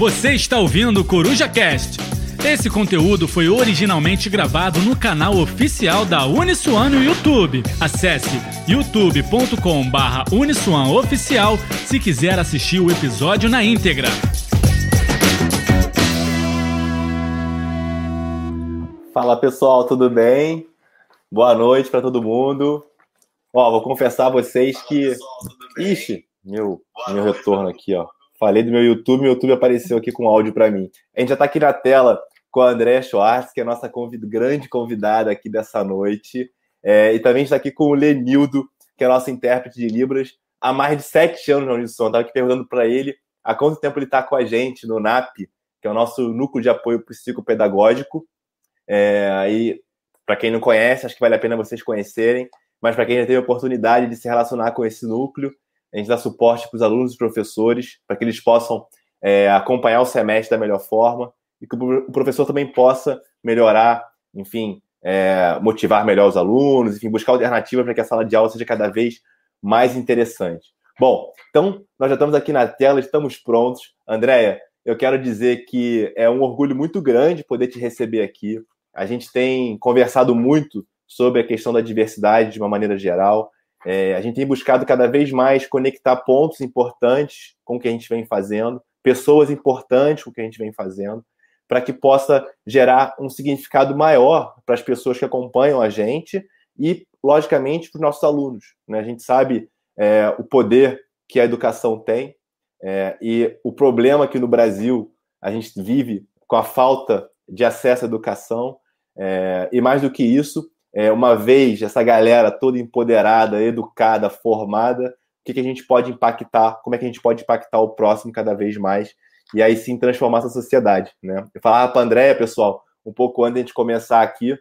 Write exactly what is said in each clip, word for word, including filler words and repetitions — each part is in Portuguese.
Você está ouvindo o Coruja Cast. Esse conteúdo foi originalmente gravado no canal oficial da Uniswan no YouTube. Acesse youtube ponto com barra uniswan oficial se quiser assistir o episódio na íntegra. Fala pessoal, tudo bem? Boa noite para todo mundo. Ó, vou confessar a vocês que... Ixi, meu, meu retorno aqui, ó. Falei do meu YouTube, meu YouTube apareceu aqui com áudio para mim. A gente já está aqui na tela com a Andréa Schwartz, que é a nossa convid... grande convidada aqui dessa noite. É, e também está aqui com o Lenildo, que é nosso intérprete de Libras, há mais de sete anos na Uniswan. Estava aqui perguntando para ele há quanto tempo ele está com a gente no N A P, que é o nosso núcleo de apoio psicopedagógico. É, aí, para quem não conhece, acho que vale a pena vocês conhecerem, mas para quem já teve a oportunidade de se relacionar com esse núcleo, a gente dá suporte para os alunos e professores, para que eles possam é, acompanhar o semestre da melhor forma e que o professor também possa melhorar, enfim, é, motivar melhor os alunos, enfim, buscar alternativas para que a sala de aula seja cada vez mais interessante. Bom, então, nós já estamos aqui na tela, estamos prontos. Andréa, eu quero dizer que é um orgulho muito grande poder te receber aqui. A gente tem conversado muito sobre a questão da diversidade de uma maneira geral. É, a gente tem buscado cada vez mais conectar pontos importantes com o que a gente vem fazendo, pessoas importantes com o que a gente vem fazendo, para que possa gerar um significado maior para as pessoas que acompanham a gente e, logicamente, para os nossos alunos, né? A gente sabe é, o poder que a educação tem é, e o problema que no Brasil a gente vive com a falta de acesso à educação é, e, mais do que isso, É, uma vez essa galera toda empoderada, educada, formada, o que, que a gente pode impactar, como é que a gente pode impactar o próximo cada vez mais e aí sim transformar essa sociedade, né? Eu falava para a Andréa, pessoal, um pouco antes de a gente começar aqui,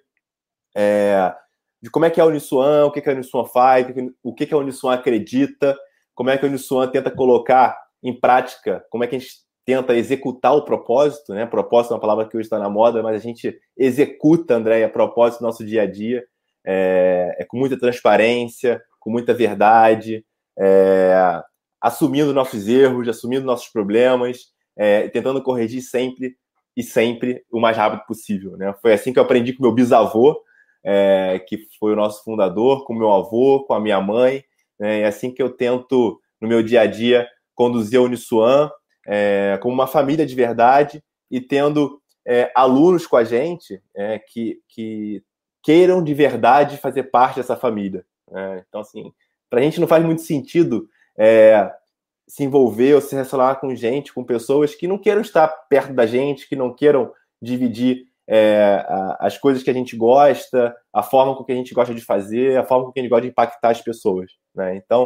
é, de como é que é a Uniswan, o que, que a Uniswan faz, o que, que a Uniswan acredita, como é que a Uniswan tenta colocar em prática, como é que a gente tenta executar o propósito, né? Propósito é uma palavra que hoje está na moda, mas a gente executa, Andréa, propósito no nosso dia a dia, é, é com muita transparência, com muita verdade, é, assumindo nossos erros, assumindo nossos problemas, é, tentando corrigir sempre e sempre o mais rápido possível, né? Foi assim que eu aprendi com meu bisavô, é, que foi o nosso fundador, com meu avô, com a minha mãe, né? É assim que eu tento, no meu dia a dia, conduzir a Uniswan, É, como uma família de verdade e tendo é, alunos com a gente é, que, que queiram de verdade fazer parte dessa família. Né? Então, assim, para a gente não faz muito sentido é, se envolver ou se relacionar com gente, com pessoas que não queiram estar perto da gente, que não queiram dividir é, a, as coisas que a gente gosta, a forma com que a gente gosta de fazer, a forma com que a gente gosta de impactar as pessoas. Né? Então,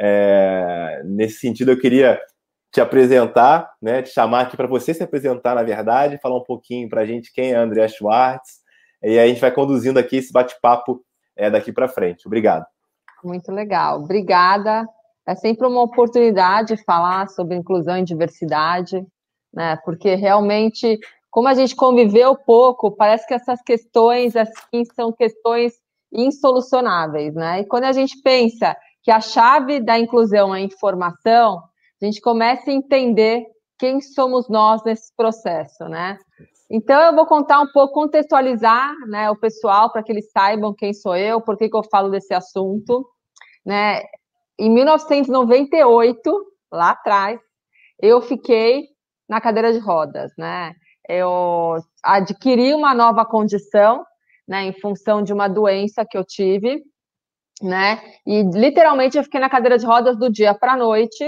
é, nesse sentido, eu queria te apresentar, né, te chamar aqui para você se apresentar, na verdade, falar um pouquinho para a gente quem é a Andréa Schwartz, e aí a gente vai conduzindo aqui esse bate-papo é, daqui para frente. Obrigado. Muito legal. Obrigada. É sempre uma oportunidade falar sobre inclusão e diversidade, né, porque realmente, como a gente conviveu pouco, parece que essas questões, assim, são questões insolucionáveis, né, e quando a gente pensa que a chave da inclusão é a informação, a gente começa a entender quem somos nós nesse processo, né? Então, eu vou contar um pouco, contextualizar, né, o pessoal, para que eles saibam quem sou eu, por que que eu falo desse assunto, né? Em mil novecentos e noventa e oito, lá atrás, eu fiquei na cadeira de rodas, né? Eu adquiri uma nova condição, né, em função de uma doença que eu tive, né? E, literalmente, eu fiquei na cadeira de rodas do dia para a noite.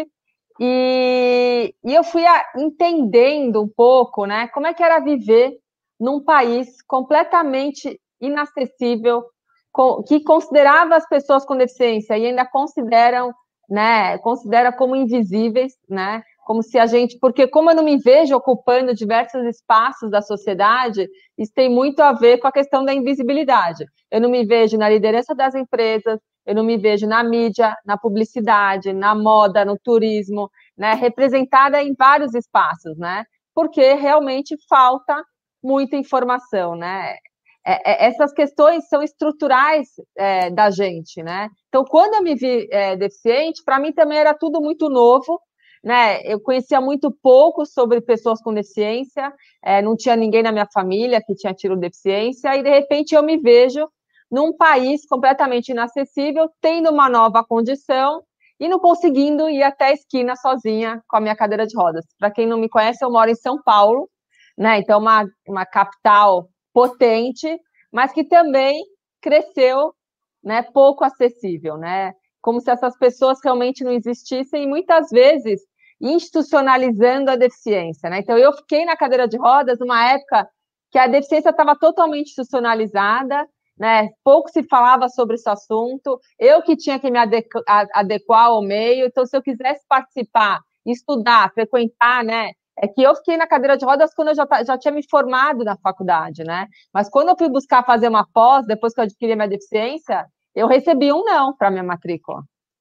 E, e eu fui a, entendendo um pouco, né, como é que era viver num país completamente inacessível, com, que considerava as pessoas com deficiência e ainda consideram, né, considera como invisíveis, né, como se a gente, porque como eu não me vejo ocupando diversos espaços da sociedade, isso tem muito a ver com a questão da invisibilidade. Eu não me vejo na liderança das empresas, eu não me vejo na mídia, na publicidade, na moda, no turismo, né, representada em vários espaços, né, porque realmente falta muita informação, né. É, é, essas questões são estruturais é, da gente, né. Então, quando eu me vi é, deficiente, para mim também era tudo muito novo, né, eu conhecia muito pouco sobre pessoas com deficiência, é, não tinha ninguém na minha família que tinha tido deficiência, e de repente eu me vejo num país completamente inacessível, tendo uma nova condição e não conseguindo ir até a esquina sozinha com a minha cadeira de rodas. Para quem não me conhece, eu moro em São Paulo, né, então uma, uma capital potente, mas que também cresceu, né, pouco acessível, né, como se essas pessoas realmente não existissem e muitas vezes institucionalizando a deficiência, né? Então eu fiquei na cadeira de rodas numa época que a deficiência estava totalmente institucionalizada, né? Pouco se falava sobre esse assunto, eu que tinha que me adequar ao meio, então se eu quisesse participar, estudar, frequentar, né? É que eu fiquei na cadeira de rodas quando eu já, já tinha me formado na faculdade, né? Mas quando eu fui buscar fazer uma pós, depois que eu adquiri a minha deficiência, eu recebi um não para minha matrícula,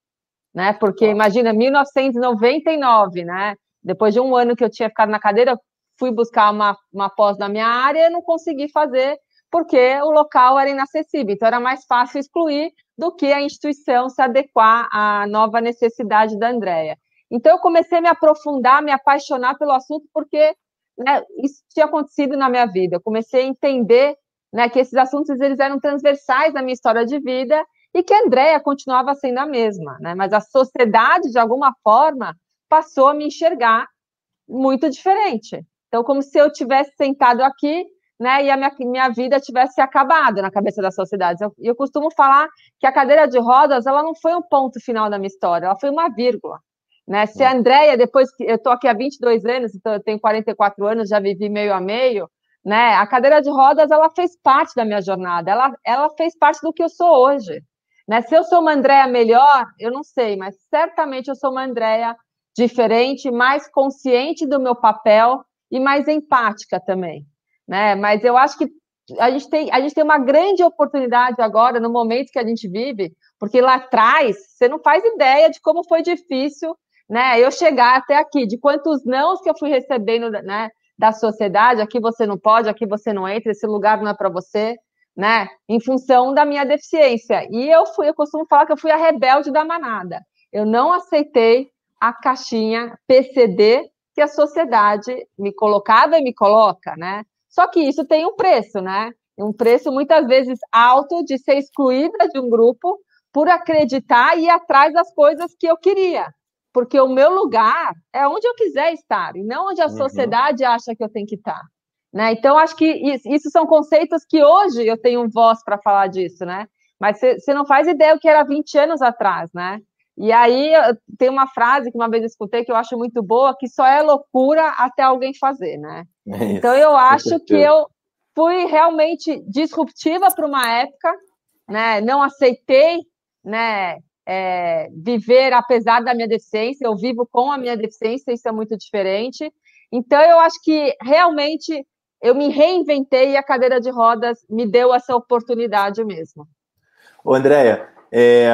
né? Porque, imagina, mil novecentos e noventa e nove, né? Depois de um ano que eu tinha ficado na cadeira, fui buscar uma, uma pós na minha área e não consegui fazer, porque o local era inacessível. Então, era mais fácil excluir do que a instituição se adequar à nova necessidade da Andrea. Então, eu comecei a me aprofundar, me apaixonar pelo assunto, porque, né, isso tinha acontecido na minha vida. Eu comecei a entender, né, que esses assuntos eles eram transversais na minha história de vida e que a Andrea continuava sendo a mesma, né? Mas a sociedade, de alguma forma, passou a me enxergar muito diferente. Então, como se eu tivesse sentado aqui, né, e a minha, minha vida tivesse acabado na cabeça da sociedade. Eu, eu costumo falar que a cadeira de rodas, ela não foi um ponto final da minha história, ela foi uma vírgula. Né? Se a Andrea, depois que eu estou aqui há vinte e dois anos, então eu tenho quarenta e quatro anos, já vivi meio a meio, né? A cadeira de rodas, ela fez parte da minha jornada, ela, ela fez parte do que eu sou hoje. Né? Se eu sou uma Andrea melhor, eu não sei, mas certamente eu sou uma Andrea diferente, mais consciente do meu papel e mais empática também. Né? Mas eu acho que a gente, tem, a gente tem uma grande oportunidade agora, no momento que a gente vive, porque lá atrás, você não faz ideia de como foi difícil, né, eu chegar até aqui, de quantos nãos que eu fui recebendo, né, da sociedade, aqui você não pode, aqui você não entra, esse lugar não é para você, né, em função da minha deficiência. E eu fui, eu costumo falar que eu fui a rebelde da manada. Eu não aceitei a caixinha P C D que a sociedade me colocava e me coloca, né? Só que isso tem um preço, né? Um preço muitas vezes alto de ser excluída de um grupo por acreditar e ir atrás das coisas que eu queria. Porque o meu lugar é onde eu quiser estar, e não onde a sociedade uhum. acha que eu tenho que estar. Né? Então, acho que isso são conceitos que hoje eu tenho voz para falar disso, né? Mas você não faz ideia do que era vinte anos atrás, né? E aí tem uma frase que uma vez eu escutei que eu acho muito boa, que só é loucura até alguém fazer, né? É isso, então, eu acho que eu fui realmente disruptiva para uma época, né? Não aceitei, né? É, viver apesar da minha deficiência, eu vivo com a minha deficiência, isso é muito diferente. Então, eu acho que realmente eu me reinventei e a cadeira de rodas me deu essa oportunidade mesmo. Ô, Andrea, é,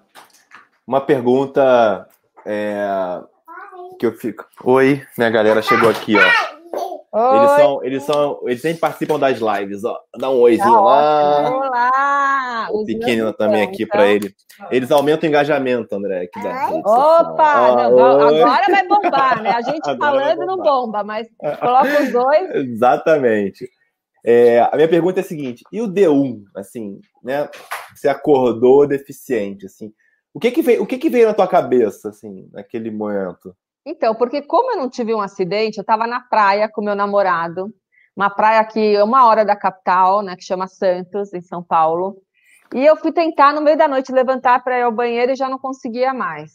uma pergunta é, que eu fico... Oi, minha galera chegou aqui, ó. Oi. Eles são, eles são, eles sempre participam das lives, ó. Dá um oizinho lá. Olá! O pequeno também aqui então. Para ele. Eles aumentam o engajamento, André. Aqui da Opa! Oh, não, agora vai bombar, né? A gente agora falando não bomba, mas coloca os dois. Exatamente. É, a minha pergunta é a seguinte: e o D um, assim, né? Você acordou deficiente, assim. O que que veio, o que que veio na tua cabeça, assim, naquele momento? Então, porque como eu não tive um acidente, eu estava na praia com meu namorado, uma praia aqui, uma hora da capital, né, que chama Santos, em São Paulo, e eu fui tentar, no meio da noite, levantar para ir ao banheiro e já não conseguia mais.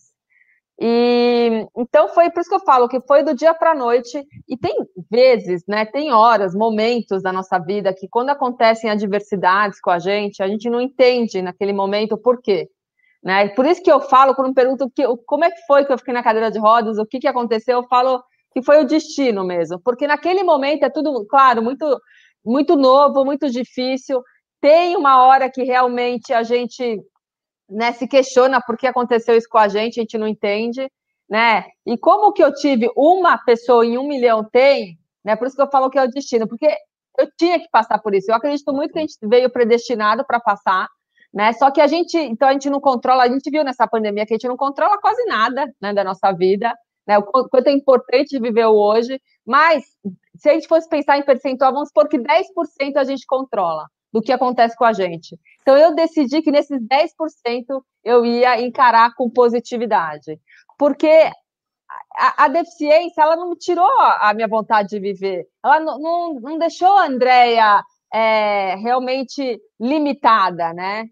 E então foi por isso que eu falo que foi do dia para a noite, e tem vezes, né, tem horas, momentos da nossa vida que quando acontecem adversidades com a gente, a gente não entende naquele momento o porquê. Né? Por isso que eu falo, quando me perguntam que, como é que foi que eu fiquei na cadeira de rodas, o que, que aconteceu, eu falo que foi o destino mesmo, porque naquele momento é tudo, claro, muito, muito novo, muito difícil, tem uma hora que realmente a gente, né, se questiona por que aconteceu isso com a gente, a gente não entende, né? E como que eu tive uma pessoa em um milhão tem, né? Por isso que eu falo que é o destino, porque eu tinha que passar por isso, eu acredito muito que a gente veio predestinado para passar, né? Só que a gente, então a gente não controla, a gente viu nessa pandemia que a gente não controla quase nada, né, da nossa vida, né? O quanto é importante viver o hoje, mas se a gente fosse pensar em percentual, vamos supor que dez por cento a gente controla do que acontece com a gente. Então, eu decidi que nesses dez por cento eu ia encarar com positividade, porque a, a deficiência, ela não me tirou a minha vontade de viver, ela não, não, não deixou a Andrea é, realmente limitada, né?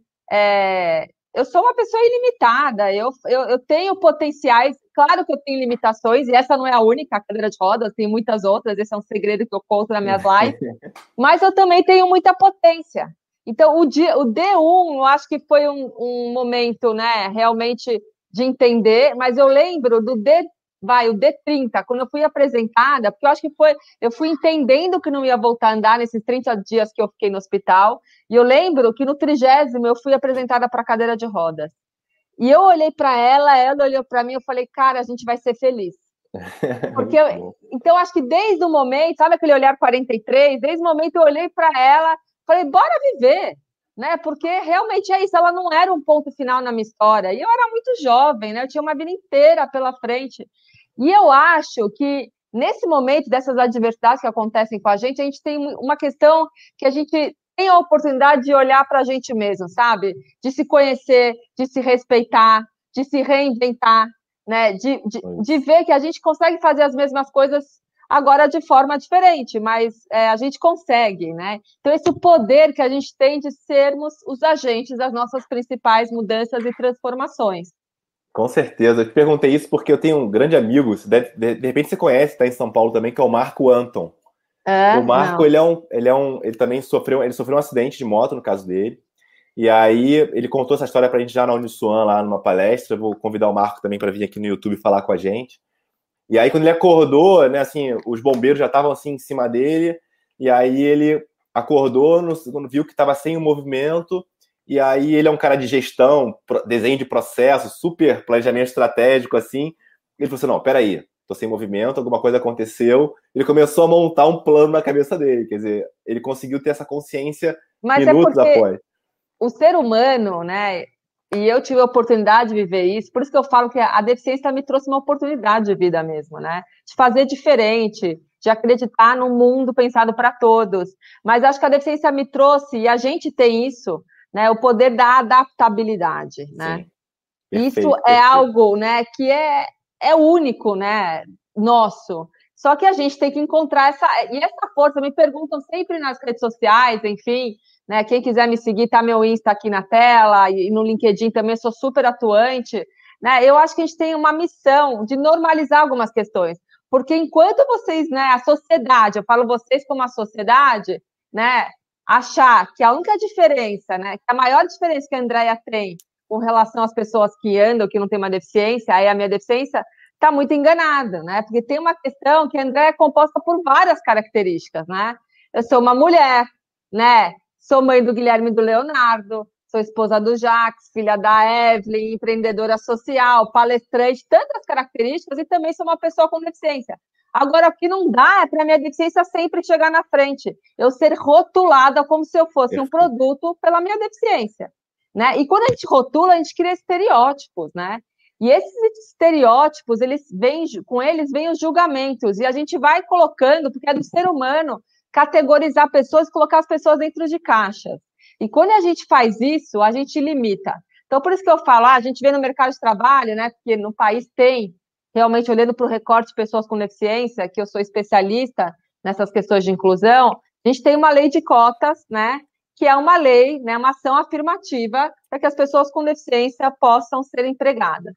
É, eu sou uma pessoa ilimitada, eu, eu, eu tenho potenciais, claro que eu tenho limitações, e essa não é a única, a cadeira de rodas, tem muitas outras, esse é um segredo que eu conto nas minhas lives, mas eu também tenho muita potência. Então, o, dia, o D um, eu acho que foi um, um momento, né, realmente de entender, mas eu lembro do D, vai, o D trinta, quando eu fui apresentada, porque eu acho que foi, eu fui entendendo que não ia voltar a andar nesses trinta dias que eu fiquei no hospital, e eu lembro que no trigésimo eu fui apresentada para a cadeira de rodas. E eu olhei para ela, ela olhou para mim, eu falei, cara, a gente vai ser feliz. Porque eu, então, acho que desde o momento, sabe aquele olhar quarenta e três? Desde o momento eu olhei para ela, falei, bora viver, né? Porque realmente é isso, ela não era um ponto final na minha história. E eu era muito jovem, né? Eu tinha uma vida inteira pela frente. E eu acho que nesse momento dessas adversidades que acontecem com a gente, a gente tem uma questão que a gente tem a oportunidade de olhar para a gente mesmo, sabe? De se conhecer, de se respeitar, de se reinventar, né? De, de, de ver que a gente consegue fazer as mesmas coisas agora de forma diferente, mas é, a gente consegue, né? Então, esse poder que a gente tem de sermos os agentes das nossas principais mudanças e transformações. Com certeza. Eu te perguntei isso porque eu tenho um grande amigo, de, de, de repente você conhece, está em São Paulo também, que é o Marco Anton. É, o Marco, ele é, um, ele é um, ele também sofreu, ele sofreu um acidente de moto, no caso dele, e aí ele contou essa história pra gente já na Uniswan, lá numa palestra. Eu vou convidar o Marco também para vir aqui no YouTube falar com a gente. E aí quando ele acordou, né, assim, os bombeiros já estavam assim em cima dele, e aí ele acordou, no, quando viu que estava sem o movimento, e aí ele é um cara de gestão, desenho de processo, super planejamento estratégico, assim, e ele falou assim, não, peraí, tô sem movimento, alguma coisa aconteceu. Ele começou a montar um plano na cabeça dele, quer dizer, ele conseguiu ter essa consciência Mas minutos é após. O ser humano, né, e eu tive a oportunidade de viver isso, por isso que eu falo que a deficiência me trouxe uma oportunidade de vida mesmo, né, de fazer diferente, de acreditar num mundo pensado para todos. Mas acho que a deficiência me trouxe, e a gente tem isso, né, o poder da adaptabilidade, né. Perfeito, isso é perfeito. Algo, né, que é é único, né, nosso. Só que a gente tem que encontrar essa... E essa força, me perguntam sempre nas redes sociais, enfim, né, quem quiser me seguir, tá meu Insta aqui na tela, e no LinkedIn também sou super atuante, né, eu acho que a gente tem uma missão de normalizar algumas questões, porque enquanto vocês, né, a sociedade, eu falo vocês como a sociedade, né, achar que a única diferença, né, que a maior diferença que a Andrea tem com relação às pessoas que andam, que não tem uma deficiência, aí a minha deficiência, está muito enganada, né? Porque tem uma questão que a Andrea é composta por várias características, né? Eu sou uma mulher, né? Sou mãe do Guilherme e do Leonardo, sou esposa do Jax, filha da Evelyn, empreendedora social, palestrante, tantas características, e também sou uma pessoa com deficiência. Agora, o que não dá é para a minha deficiência sempre chegar na frente, eu ser rotulada como se eu fosse um produto pela minha deficiência. Né? E quando a gente rotula, a gente cria estereótipos, né? E esses estereótipos, eles vêm, com eles vêm os julgamentos, e a gente vai colocando, porque é do ser humano categorizar pessoas e colocar as pessoas dentro de caixas. E quando a gente faz isso, a gente limita. Então, por isso que eu falo, ah, a gente vê no mercado de trabalho, né? Porque no país tem, realmente, olhando para o recorte de pessoas com deficiência, que eu sou especialista nessas questões de inclusão, a gente tem uma lei de cotas, né? Que é uma lei, né, uma ação afirmativa para que as pessoas com deficiência possam ser empregadas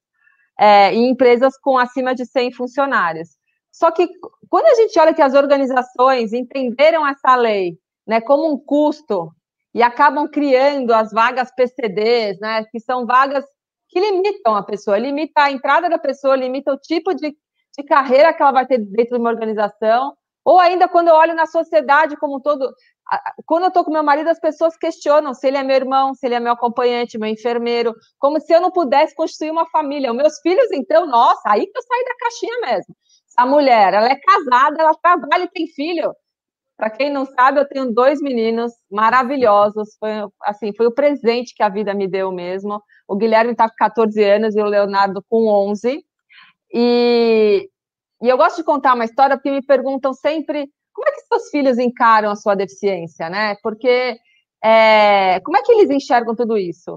é, em empresas com acima de cem funcionários. Só que quando a gente olha que as organizações entenderam essa lei, né, como um custo e acabam criando as vagas P C Ds, né, que são vagas que limitam a pessoa, limita a entrada da pessoa, limita o tipo de, de carreira que ela vai ter dentro de uma organização, ou ainda quando eu olho na sociedade como um todo... Quando eu estou com meu marido, as pessoas questionam se ele é meu irmão, se ele é meu acompanhante, meu enfermeiro, como se eu não pudesse construir uma família. Os meus filhos, então, nossa, aí que eu saí da caixinha mesmo. A mulher, ela é casada, ela trabalha e tem filho. Para quem não sabe, eu tenho dois meninos maravilhosos. Foi, assim, foi o presente que a vida me deu mesmo. O Guilherme está com quatorze anos e o Leonardo com onze. E, e eu gosto de contar uma história porque me perguntam sempre como é que seus filhos encaram a sua deficiência, né? Porque é, como é que eles enxergam tudo isso?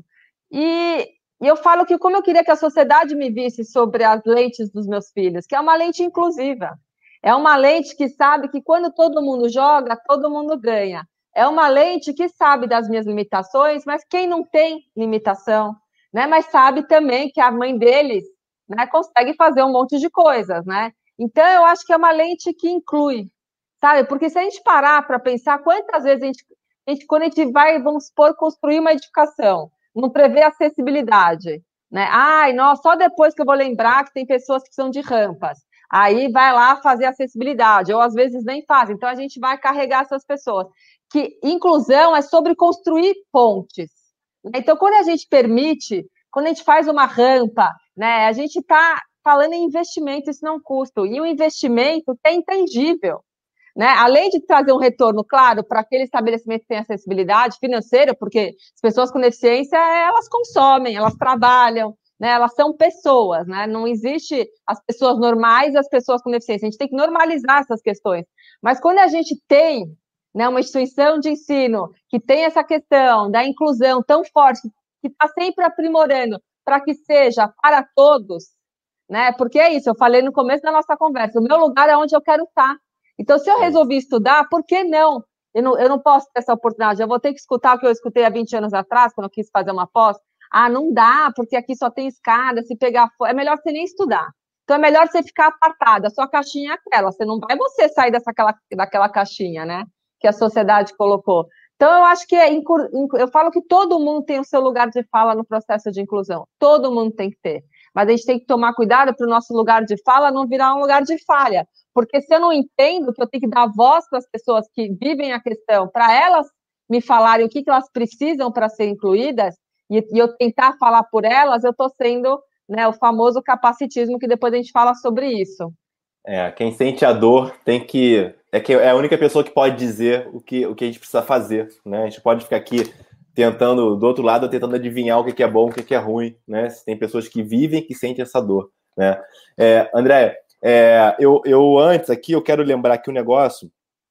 E, e eu falo que como eu queria que a sociedade me visse sobre as lentes dos meus filhos, que é uma lente inclusiva. É uma lente que sabe que quando todo mundo joga, todo mundo ganha. É uma lente que sabe das minhas limitações, mas quem não tem limitação, né? Mas sabe também que a mãe deles, né, consegue fazer um monte de coisas, né? Então, eu acho que é uma lente que inclui, sabe? Porque se a gente parar para pensar quantas vezes a gente, a gente, quando a gente vai, vamos supor, construir uma edificação, não prevê acessibilidade, né? Ai, nossa, só depois que eu vou lembrar que tem pessoas que precisam de rampas. Aí vai lá fazer acessibilidade, ou às vezes nem faz. Então, a gente vai carregar essas pessoas. Que inclusão é sobre construir pontes. Então, quando a gente permite, quando a gente faz uma rampa, né, a gente está falando em investimento, isso não é um custo. E o investimento é intangível. Né? Além de trazer um retorno, claro, para aquele estabelecimento que tem acessibilidade financeira, porque as pessoas com deficiência, elas consomem, elas trabalham, né? Elas são pessoas, né? Não existe as pessoas normais e as pessoas com deficiência. A gente tem que normalizar essas questões. Mas quando a gente tem, né, uma instituição de ensino que tem essa questão da inclusão tão forte, que está sempre aprimorando para que seja para todos, né? Porque é isso, eu falei no começo da nossa conversa, o meu lugar é onde eu quero estar. Então, se eu resolvi estudar, por que não? Eu não, eu não posso ter essa oportunidade, eu vou ter que escutar o que eu escutei há vinte anos atrás, quando eu quis fazer uma pós. Ah, não dá, porque aqui só tem escada, se pegar... É melhor você nem estudar. Então, é melhor você ficar apartada, a sua caixinha é aquela, você não vai você sair dessa, aquela, daquela caixinha, né? Que a sociedade colocou. Então, eu acho que é... Eu falo que todo mundo tem o seu lugar de fala no processo de inclusão. Todo mundo tem que ter. Mas a gente tem que tomar cuidado para o nosso lugar de fala não virar um lugar de falha. Porque se eu não entendo que eu tenho que dar voz para as pessoas que vivem a questão, para elas me falarem o que, que elas precisam para ser incluídas, e, e eu tentar falar por elas, eu estou sendo, né, o famoso capacitismo, que depois a gente fala sobre isso. É, quem sente a dor tem que... É, que é a única pessoa que pode dizer o que, o que a gente precisa fazer, né? A gente pode ficar aqui tentando, do outro lado, tentando adivinhar o que é bom, o que é ruim, né? Tem pessoas que vivem, que sentem essa dor, né? É, André, é, eu, eu antes aqui, eu quero lembrar aqui um negócio,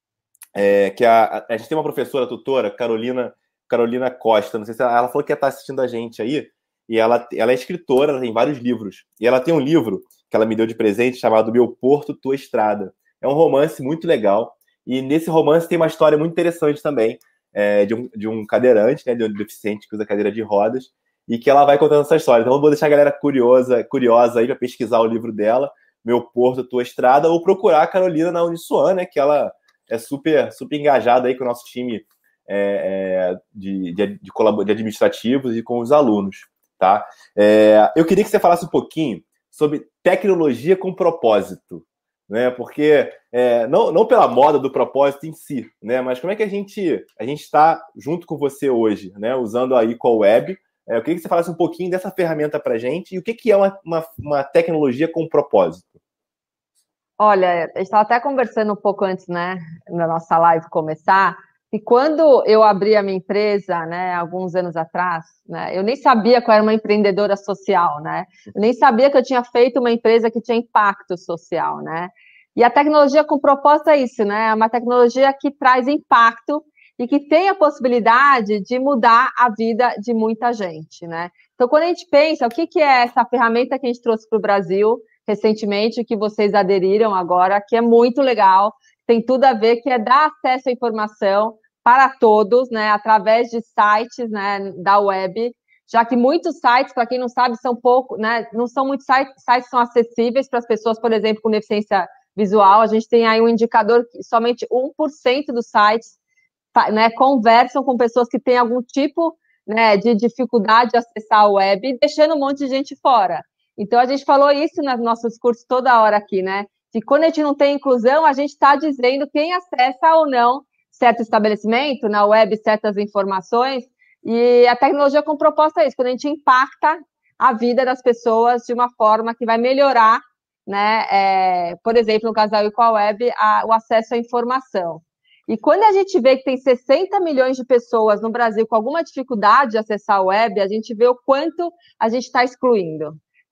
é, que a, a gente tem uma professora, tutora, Carolina, Carolina Costa, não sei se ela, ela falou que ia estar assistindo a gente aí, e ela, ela é escritora, ela tem vários livros, e ela tem um livro que ela me deu de presente chamado Meu Porto, Tua Estrada. É um romance muito legal, e nesse romance tem uma história muito interessante também, é, de, um, de um cadeirante, né, de um deficiente que usa cadeira de rodas, e que ela vai contando essa história. Então eu vou deixar a galera curiosa, curiosa aí para pesquisar o livro dela, Meu Porto, Tua Estrada, ou procurar a Carolina na Uniswan, né, que ela é super, super engajada aí com o nosso time é, é, de, de, de, colabor- de administrativos e com os alunos. Tá? É, eu queria que você falasse um pouquinho sobre tecnologia com propósito, né? Porque é, não, não pela moda do propósito em si, né? Mas como é que a gente a gente está junto com você hoje, né? Usando a Equal Web. É, eu queria que você falasse um pouquinho dessa ferramenta para a gente e o que, que é uma, uma, uma tecnologia com propósito. Olha, a gente estava até conversando um pouco antes, né, na nossa live começar, e quando eu abri a minha empresa, né, alguns anos atrás, né, eu nem sabia que eu era uma empreendedora social, né, eu nem sabia que eu tinha feito uma empresa que tinha impacto social, né, e a tecnologia com propósito é isso, né, é uma tecnologia que traz impacto e que tem a possibilidade de mudar a vida de muita gente, né. Então, quando a gente pensa, o que, que é essa ferramenta que a gente trouxe para o Brasil recentemente, que vocês aderiram agora, que é muito legal, tem tudo a ver, que é dar acesso à informação para todos, né, através de sites, né, da web, já que muitos sites, para quem não sabe, são pouco, né, não são muitos sites, sites são acessíveis para as pessoas, por exemplo, com deficiência visual. A gente tem aí um indicador que somente um por cento dos sites, né, conversam com pessoas que têm algum tipo, né, de dificuldade de acessar a web, deixando um monte de gente fora. Então, a gente falou isso nos nossos cursos toda hora aqui, né? Que quando a gente não tem inclusão, a gente está dizendo quem acessa ou não certo estabelecimento, na web, certas informações, e a tecnologia com proposta é isso, quando a gente impacta a vida das pessoas de uma forma que vai melhorar, né? É, por exemplo, no caso da Equal Web, a, o acesso à informação. E quando a gente vê que tem sessenta milhões de pessoas no Brasil com alguma dificuldade de acessar a web, a gente vê o quanto a gente está excluindo.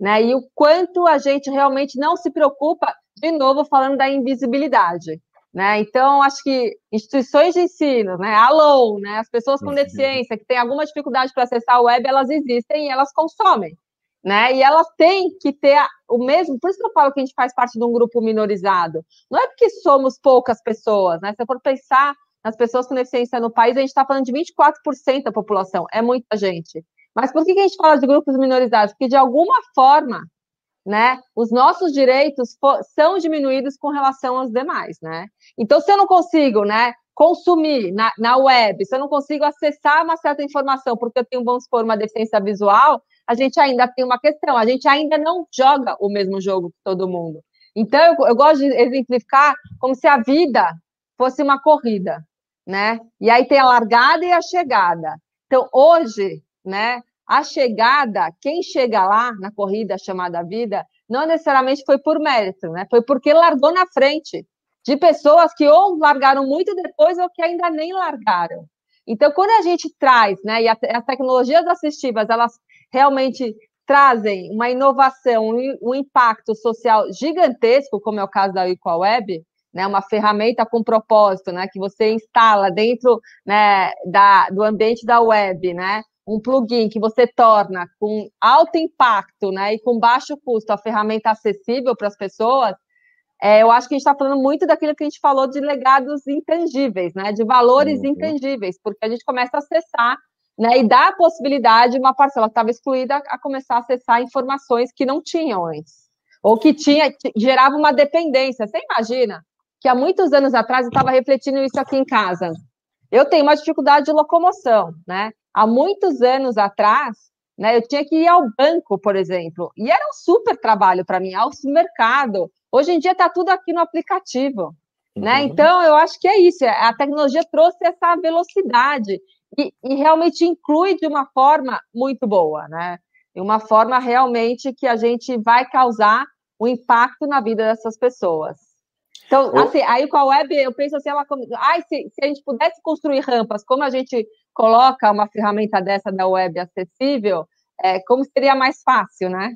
né? E o quanto a gente realmente não se preocupa, de novo, falando da invisibilidade, né? Então, acho que instituições de ensino, né? Alô, né? As pessoas com deficiência, que têm alguma dificuldade para acessar a web, elas existem e elas consomem, né? E elas têm que ter o mesmo, por isso que eu falo que a gente faz parte de um grupo minorizado. Não é porque somos poucas pessoas, né? Se eu for pensar nas pessoas com deficiência no país, a gente está falando de vinte e quatro por cento da população, é muita gente. Mas por que a gente fala de grupos minorizados? Porque, de alguma forma, né, os nossos direitos são diminuídos com relação aos demais, né? Então, se eu não consigo, né, consumir na, na web, se eu não consigo acessar uma certa informação porque eu tenho, vamos supor, uma deficiência visual, a gente ainda tem uma questão, a gente ainda não joga o mesmo jogo que todo mundo. Então, eu, eu gosto de exemplificar como se a vida fosse uma corrida, né? E aí tem a largada e a chegada. Então, hoje, né, a chegada, quem chega lá na corrida chamada vida, não necessariamente foi por mérito, né? Foi porque largou na frente de pessoas que ou largaram muito depois ou que ainda nem largaram. Então, quando a gente traz, né, e a, as tecnologias assistivas, elas realmente trazem uma inovação, um, um impacto social gigantesco, como é o caso da Equal Web, né, uma ferramenta com propósito, né, que você instala dentro, né, da, do ambiente da web, né, um plugin que você torna com alto impacto, né, e com baixo custo a ferramenta acessível para as pessoas, é, eu acho que a gente está falando muito daquilo que a gente falou de legados intangíveis, né, de valores uhum. intangíveis, porque a gente começa a acessar, né, e dá a possibilidade, uma parcela que estava excluída, a começar a acessar informações que não tinham antes, ou que tinha, gerava uma dependência. Você imagina que há muitos anos atrás eu estava refletindo isso aqui em casa. Eu tenho uma dificuldade de locomoção, né? Há muitos anos atrás, né, eu tinha que ir ao banco, por exemplo, e era um super trabalho para mim, ao supermercado. Hoje em dia está tudo aqui no aplicativo, uhum. né? Então, eu acho que é isso, a tecnologia trouxe essa velocidade e, e realmente inclui de uma forma muito boa, né? De uma forma realmente que a gente vai causar um impacto na vida dessas pessoas. Então, assim, aí com a web, eu penso assim, ela, ai, se, se a gente pudesse construir rampas, como a gente coloca uma ferramenta dessa da web acessível, é, como seria mais fácil, né?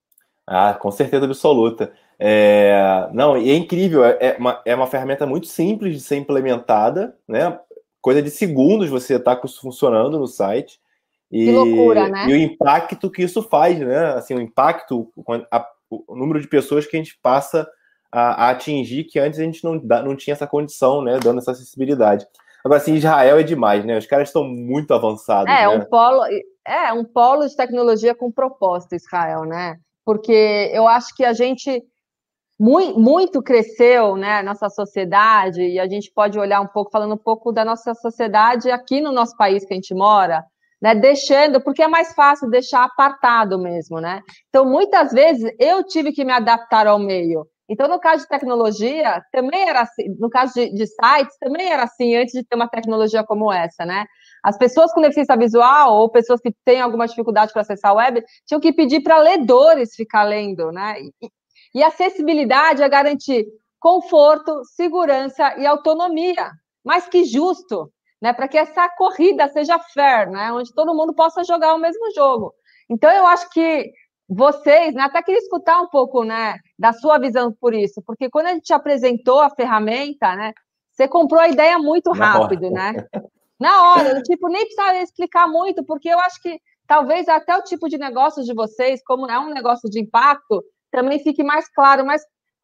Ah, com certeza absoluta. É, não, e é incrível, é uma, é uma ferramenta muito simples de ser implementada, né? Coisa de segundos você está com isso funcionando no site. E, que loucura, né? E o impacto que isso faz, né? Assim, o impacto, a, o número de pessoas que a gente passa a, a atingir, que antes a gente não, não tinha essa condição, né? Dando essa acessibilidade. Agora, assim, Israel é demais, né? Os caras estão muito avançados, é, né? Um polo, é um polo de tecnologia com propósito, Israel, né? Porque eu acho que a gente muito, muito cresceu, né, nossa sociedade, e a gente pode olhar um pouco, falando um pouco da nossa sociedade aqui no nosso país que a gente mora, né, deixando, porque é mais fácil deixar apartado mesmo, né? Então, muitas vezes, eu tive que me adaptar ao meio. Então, no caso de tecnologia, também era assim, no caso de, de sites, também era assim, antes de ter uma tecnologia como essa, né? As pessoas com deficiência visual ou pessoas que têm alguma dificuldade para acessar a web tinham que pedir para ledores ficar lendo, né? E, e acessibilidade é garantir conforto, segurança e autonomia, mas que justo, né? Para que essa corrida seja fair, né? Onde todo mundo possa jogar o mesmo jogo. Então, eu acho que vocês, né, até queria escutar um pouco, né, da sua visão por isso, porque quando a gente apresentou a ferramenta, né, você comprou a ideia muito rápido, né? Na hora, tipo, nem precisava explicar muito, porque eu acho que talvez até o tipo de negócio de vocês, como é um negócio de impacto, também fique mais claro. Mas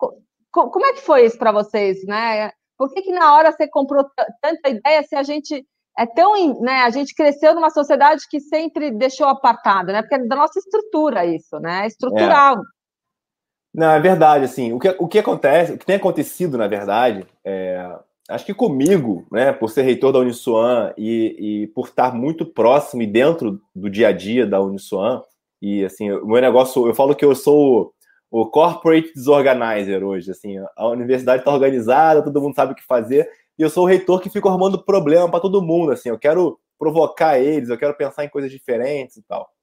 como é que foi isso para vocês, né? Por que que na hora você comprou tanta ideia se a gente é tão, né, a gente cresceu numa sociedade que sempre deixou apartado, né? Porque é da nossa estrutura isso, né? É estrutural. É. Não, é verdade, assim, o que, o que acontece, o que tem acontecido, na verdade, é, acho que comigo, né, por ser reitor da Uniswan e, e por estar muito próximo e dentro do dia a dia da Uniswan, e assim, o meu negócio, eu falo que eu sou o corporate disorganizer hoje, assim, a universidade está organizada, todo mundo sabe o que fazer, e eu sou o reitor que fica arrumando problema para todo mundo, assim, eu quero provocar eles, eu quero pensar em coisas diferentes e tal.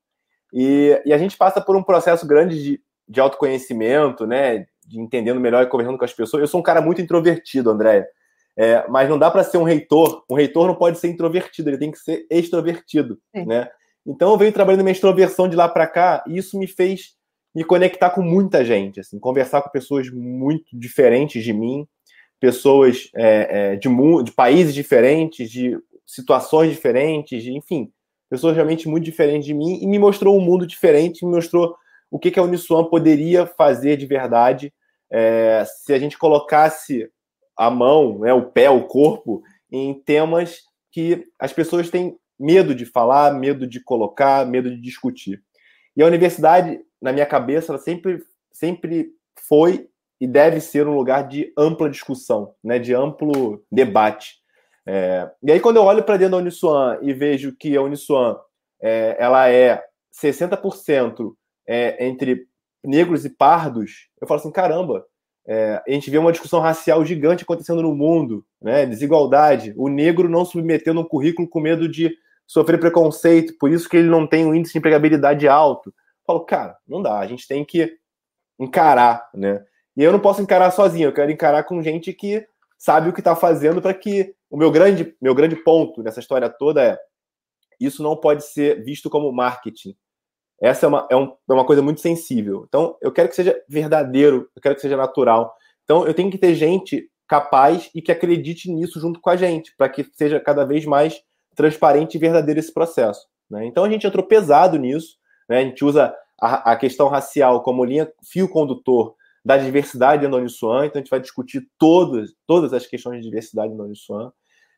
E, e a gente passa por um processo grande de, de autoconhecimento, né, de entendendo melhor e conversando com as pessoas. Eu sou um cara muito introvertido, Andréia, é, mas não dá para ser um reitor. Um reitor não pode ser introvertido, ele tem que ser extrovertido, né? Então eu venho trabalhando minha extroversão de lá para cá, e isso me fez me conectar com muita gente, assim, conversar com pessoas muito diferentes de mim, pessoas é, é, de, de países diferentes, de situações diferentes, de, enfim, pessoas realmente muito diferentes de mim, e me mostrou um mundo diferente, me mostrou o que, que a Uniswan poderia fazer de verdade é, se a gente colocasse a mão, né, o pé, o corpo, em temas que as pessoas têm medo de falar, medo de colocar, medo de discutir. E a universidade, na minha cabeça, ela sempre, sempre foi e deve ser um lugar de ampla discussão, né, de amplo debate. É, e aí, quando eu olho para dentro da Uniswan e vejo que a Uniswan é, ela é sessenta por cento é, entre negros e pardos, eu falo assim, caramba, é, a gente vê uma discussão racial gigante acontecendo no mundo, né, desigualdade, o negro não submetendo um currículo com medo de sofrer preconceito, por isso que ele não tem um índice de empregabilidade alto. Eu falo, cara, não dá, a gente tem que encarar, né? E eu não posso encarar sozinho, eu quero encarar com gente que sabe o que está fazendo para que... O meu grande, meu grande ponto nessa história toda é isso não pode ser visto como marketing. Essa é uma, é, um, é uma coisa muito sensível. Então, eu quero que seja verdadeiro, eu quero que seja natural. Então, eu tenho que ter gente capaz e que acredite nisso junto com a gente, para que seja cada vez mais transparente e verdadeiro esse processo, né? Então, a gente entrou pesado nisso, né? A gente usa a, a questão racial como linha, fio condutor da diversidade da Uniswan, então a gente vai discutir todas, todas as questões de diversidade da Uniswan,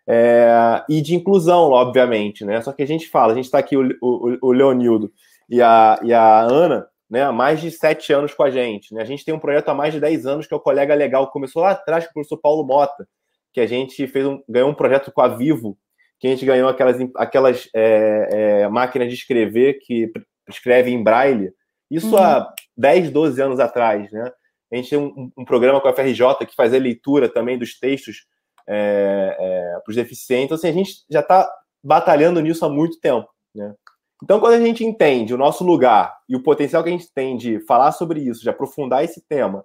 é, e de inclusão, obviamente, né? Só que a gente fala, a gente está aqui, o, o, o Leonildo e a, e a Ana, né, há mais de sete anos com a gente, né? A gente tem um projeto há mais de dez anos, que é o Colega Legal, que começou lá atrás com o professor Paulo Mota, que a gente fez um, ganhou um projeto com a Vivo, que a gente ganhou aquelas, aquelas é, é, máquinas de escrever que escreve em braille, isso uhum. há dez, doze anos atrás, né? A gente tem um, um programa com a F R J que faz a leitura também dos textos é, é, para os deficientes. Então, assim, a gente já está batalhando nisso há muito tempo, né? Então, quando a gente entende o nosso lugar e o potencial que a gente tem de falar sobre isso, de aprofundar esse tema,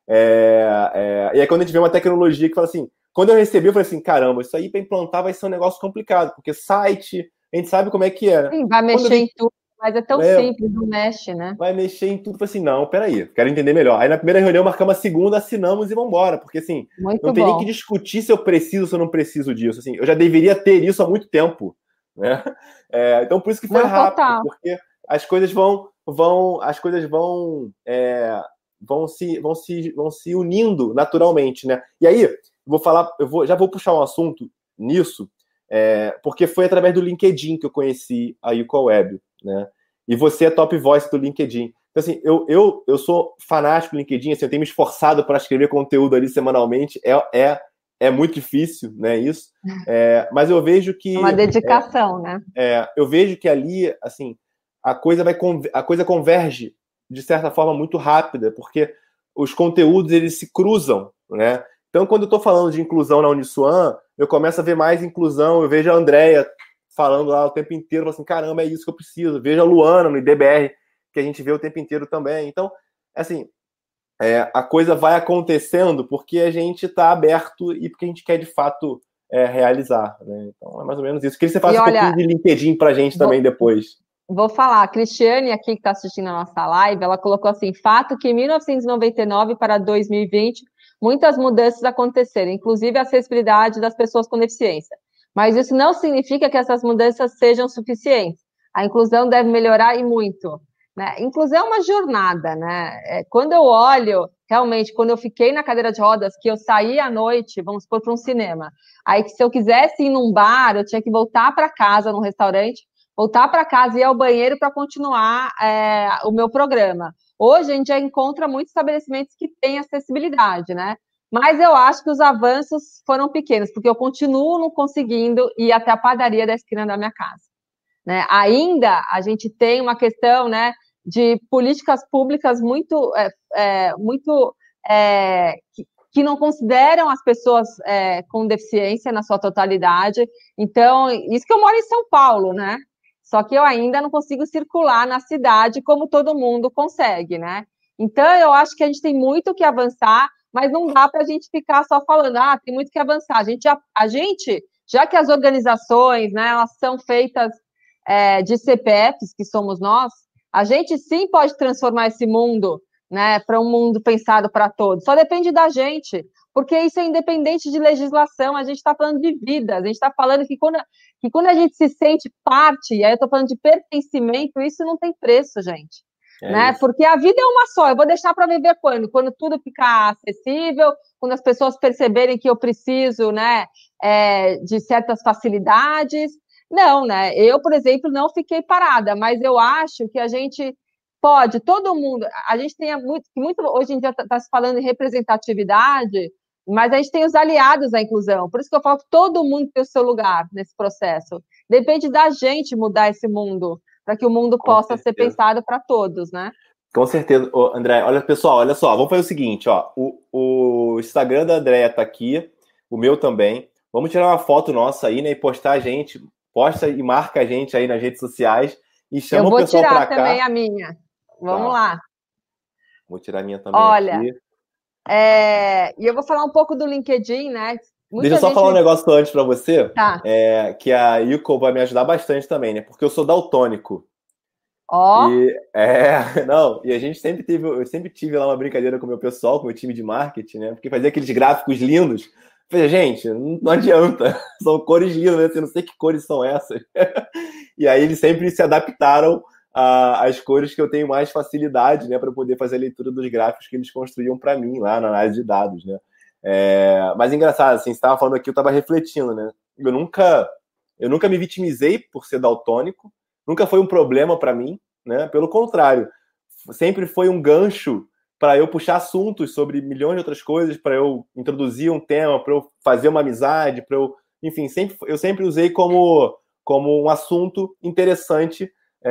é, é, e aí quando a gente vê uma tecnologia que fala assim, quando eu recebi, eu falei assim, caramba, isso aí para implantar vai ser um negócio complicado, porque site, a gente sabe como é que é. Sim, vai mexer vi, em tudo, mas é tão é, simples, não mexe, né? Vai mexer em tudo. Eu falei assim, não, peraí, quero entender melhor. Aí na primeira reunião marcamos a segunda, assinamos e vamos embora, porque assim, muito não tem bom. nem que discutir se eu preciso ou se eu não preciso disso. Assim, eu já deveria ter isso há muito tempo, né? É, então por isso que foi não, rápido, total. Porque as coisas vão, vão, as coisas vão, é, vão se, vão se, vão se unindo naturalmente, né? E aí vou falar, eu vou, já vou puxar um assunto nisso, é, porque foi através do LinkedIn que eu conheci a UCOWeb, né? E você é top voice do LinkedIn. Então, assim, eu, eu, eu sou fanático do LinkedIn, assim, eu tenho me esforçado para escrever conteúdo ali semanalmente, é, é, é muito difícil, né, isso, é, mas eu vejo que... É uma dedicação, é, né? É, eu vejo que ali, assim, a coisa, vai, a coisa converge de certa forma muito rápida, porque os conteúdos, eles se cruzam, né? Então, quando eu estou falando de inclusão na Uniswan, eu começo a ver mais inclusão, eu vejo a Andrea falando lá o tempo inteiro, assim, caramba, é isso que eu preciso. Vejo a Luana no I D B R, que a gente vê o tempo inteiro também. Então, assim, é, a coisa vai acontecendo porque a gente está aberto e porque a gente quer, de fato, é, realizar, né? Então, é mais ou menos isso. Queria que você faça e um olha, pouquinho de LinkedIn para a gente vou, também depois. Vou falar. A Cristiane, aqui, que está assistindo a nossa live, ela colocou assim, fato que em mil novecentos e noventa e nove para dois mil e vinte, muitas mudanças aconteceram, inclusive a acessibilidade das pessoas com deficiência. Mas isso não significa que essas mudanças sejam suficientes. A inclusão deve melhorar e muito, né? Inclusão é uma jornada, né? É, quando eu olho, realmente, quando eu fiquei na cadeira de rodas, que eu saí à noite, vamos supor, para um cinema, aí que se eu quisesse ir num bar, eu tinha que voltar para casa, num restaurante, voltar para casa e ir ao banheiro para continuar é, o meu programa. Hoje, a gente já encontra muitos estabelecimentos que têm acessibilidade, né? Mas eu acho que os avanços foram pequenos, porque eu continuo não conseguindo ir até a padaria da esquina da minha casa, né? Ainda a gente tem uma questão, né, de políticas públicas muito, é, é, muito é, que, que não consideram as pessoas é, com deficiência na sua totalidade. Então, isso que eu moro em São Paulo, né? Só que eu ainda não consigo circular na cidade como todo mundo consegue, né? Então, eu acho que a gente tem muito que avançar, mas não dá para a gente ficar só falando, ah, tem muito que avançar. A gente, já, a gente, já que as organizações, né, elas são feitas é, de C P Fs, que somos nós, A gente sim pode transformar esse mundo, né, para um mundo pensado para todos. Só depende da gente, porque isso é independente de legislação. A gente está falando de vidas, a gente está falando que quando, que quando a gente se sente parte, e aí eu estou falando de pertencimento, isso não tem preço, gente. É né? Porque a vida é uma só. Eu vou deixar para viver quando? Quando tudo ficar acessível, quando as pessoas perceberem que eu preciso, né, é, de certas facilidades. Não, né? Eu, por exemplo, não fiquei parada, mas eu acho que a gente pode, todo mundo, a gente tem muito, muito hoje em dia está se falando em representatividade, mas a gente tem os aliados da inclusão. Por isso que eu falo que todo mundo tem o seu lugar nesse processo. Depende da gente mudar esse mundo, para que o mundo Com possa certeza. ser pensado para todos, né? Com certeza. Ô, André, olha, pessoal, olha só, vamos fazer o seguinte, ó, o, o Instagram da Andréia tá aqui, o meu também. Vamos tirar uma foto nossa aí, né, e postar a gente, posta e marca a gente aí nas redes sociais e chama o pessoal para cá. Eu vou tirar também a minha. Vamos tá. lá. Vou tirar a minha também Olha, aqui. É... e eu vou falar um pouco do LinkedIn, né? Muita Deixa eu só gente... falar um negócio antes para você, tá. é, que a Yuko vai me ajudar bastante também, né? Porque eu sou daltônico. Ó. Oh. E, é, não, e a gente sempre teve, eu sempre tive lá uma brincadeira com o meu pessoal, com o meu time de marketing, né? Porque fazia aqueles gráficos lindos. Eu falei, gente, não, não adianta, são cores lindas, né? Eu não sei que cores são essas. E aí eles sempre se adaptaram às cores que eu tenho mais facilidade, né? Para poder fazer a leitura dos gráficos que eles construíam para mim lá na análise de dados, né? É, mas engraçado, assim, você estava falando aqui, eu estava refletindo, né? Eu nunca, eu nunca me vitimizei por ser daltônico, nunca foi um problema para mim, né? Pelo contrário, sempre foi um gancho para eu puxar assuntos sobre milhões de outras coisas, para eu introduzir um tema, para eu fazer uma amizade, para eu, enfim, sempre, eu sempre usei como, como um assunto interessante,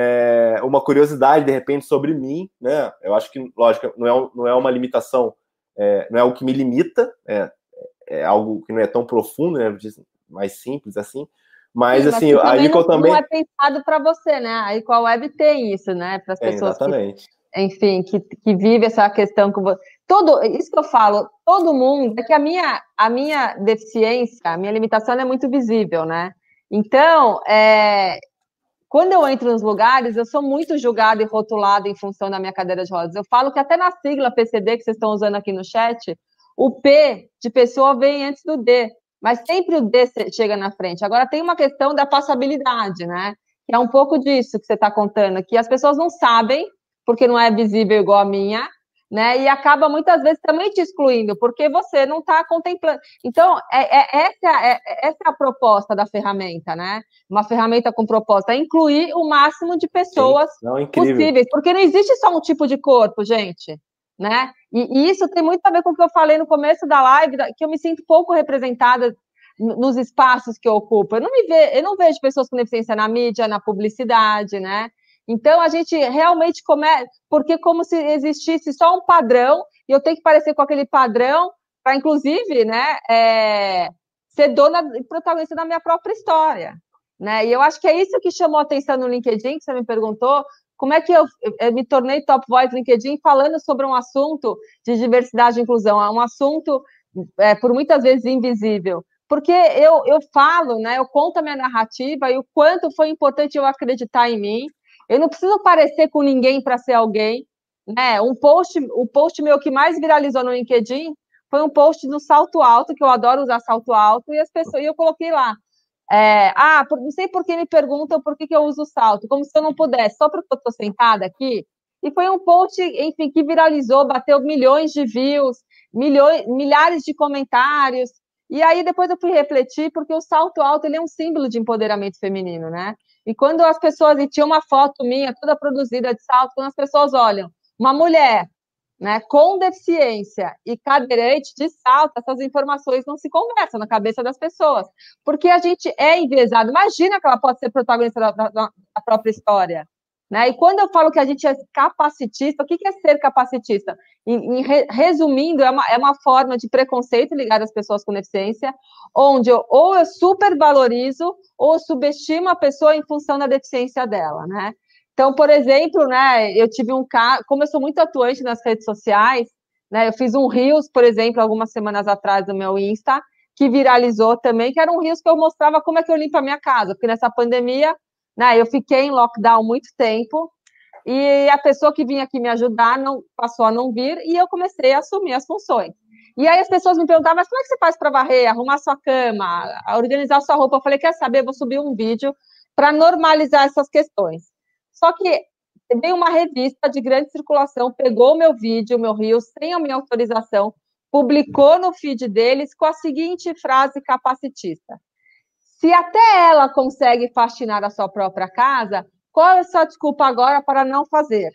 é, uma curiosidade de repente sobre mim, né? Eu acho que, lógico, não é, não é uma limitação. É, não é algo que me limita, é, é algo que não é tão profundo, né, mais simples assim, mas, Sim, mas assim, a Nicole também... Não é pensado para você, né, a Equal Web tem isso, né, para as é, pessoas exatamente. que, enfim, que, que vivem essa questão com você. Todo, isso que eu falo, todo mundo, é que a minha, a minha deficiência, a minha limitação é muito visível, né, então, é... Quando eu entro nos lugares, eu sou muito julgada e rotulada em função da minha cadeira de rodas. Eu falo que até na sigla P C D, que vocês estão usando aqui no chat, o P de pessoa vem antes do D, mas sempre o D chega na frente. Agora, tem uma questão da passabilidade, né? Que é um pouco disso que você está contando, que as pessoas não sabem, porque não é visível igual a minha, né? E acaba muitas vezes também te excluindo, porque você não está contemplando. Então, é, é, essa, é, essa é a proposta da ferramenta, né? Uma ferramenta com proposta, é incluir o máximo de pessoas não, possíveis, porque não existe só um tipo de corpo, gente, né? E, e isso tem muito a ver com o que eu falei no começo da live, que eu me sinto pouco representada nos espaços que eu ocupo. Eu não me ve, eu não vejo pessoas com deficiência na mídia, na publicidade, né? Então, a gente realmente começa... Porque como se existisse só um padrão, e eu tenho que parecer com aquele padrão para, inclusive, né, é, ser dona e protagonista da minha própria história. Né? E eu acho que é isso que chamou a atenção no LinkedIn, que você me perguntou, como é que eu, eu me tornei top voice no LinkedIn falando sobre um assunto de diversidade e inclusão, um assunto, é, por muitas vezes, invisível. Porque eu, eu falo, né, eu conto a minha narrativa e o quanto foi importante eu acreditar em mim. Eu não preciso parecer com ninguém para ser alguém, né? Um post, o post meu que mais viralizou no LinkedIn foi um post do salto alto, que eu adoro usar salto alto, e as pessoas, e eu coloquei lá. É, ah, não sei por que me perguntam por que, que eu uso salto, como se eu não pudesse, só porque eu estou sentada aqui. E foi um post, enfim, que viralizou, bateu milhões de views, milhões, milhares de comentários. E aí depois eu fui refletir, porque o salto alto ele é um símbolo de empoderamento feminino, né? E quando as pessoas, e tinha uma foto minha, toda produzida de salto, quando as pessoas olham, uma mulher, né, com deficiência e cadeirante de salto, essas informações não se conversam na cabeça das pessoas, porque a gente é enviesado. Imagina que ela pode ser protagonista da, da, da própria história. Né? E quando eu falo que a gente é capacitista, o que é ser capacitista? Em, em, resumindo, é uma, é uma forma de preconceito ligada às pessoas com deficiência, onde eu, ou eu supervalorizo ou eu subestimo a pessoa em função da deficiência dela, né? Então, por exemplo, né, eu tive um caso, como eu sou muito atuante nas redes sociais, né, eu fiz um Reels, por exemplo, algumas semanas atrás no meu Insta, que viralizou também, que era um Reels que eu mostrava como é que eu limpo a minha casa, porque nessa pandemia, né, eu fiquei em lockdown muito tempo, e a pessoa que vinha aqui me ajudar não, passou a não vir, e eu comecei a assumir as funções. E aí as pessoas me perguntavam, mas como é que você faz para varrer, arrumar sua cama, organizar sua roupa? Eu falei, quer saber, vou subir um vídeo para normalizar essas questões. Só que veio uma revista de grande circulação, pegou o meu vídeo, o meu Reels, sem a minha autorização, publicou no feed deles com a seguinte frase capacitista: se até ela consegue faxinar a sua própria casa, qual é a sua desculpa agora para não fazer?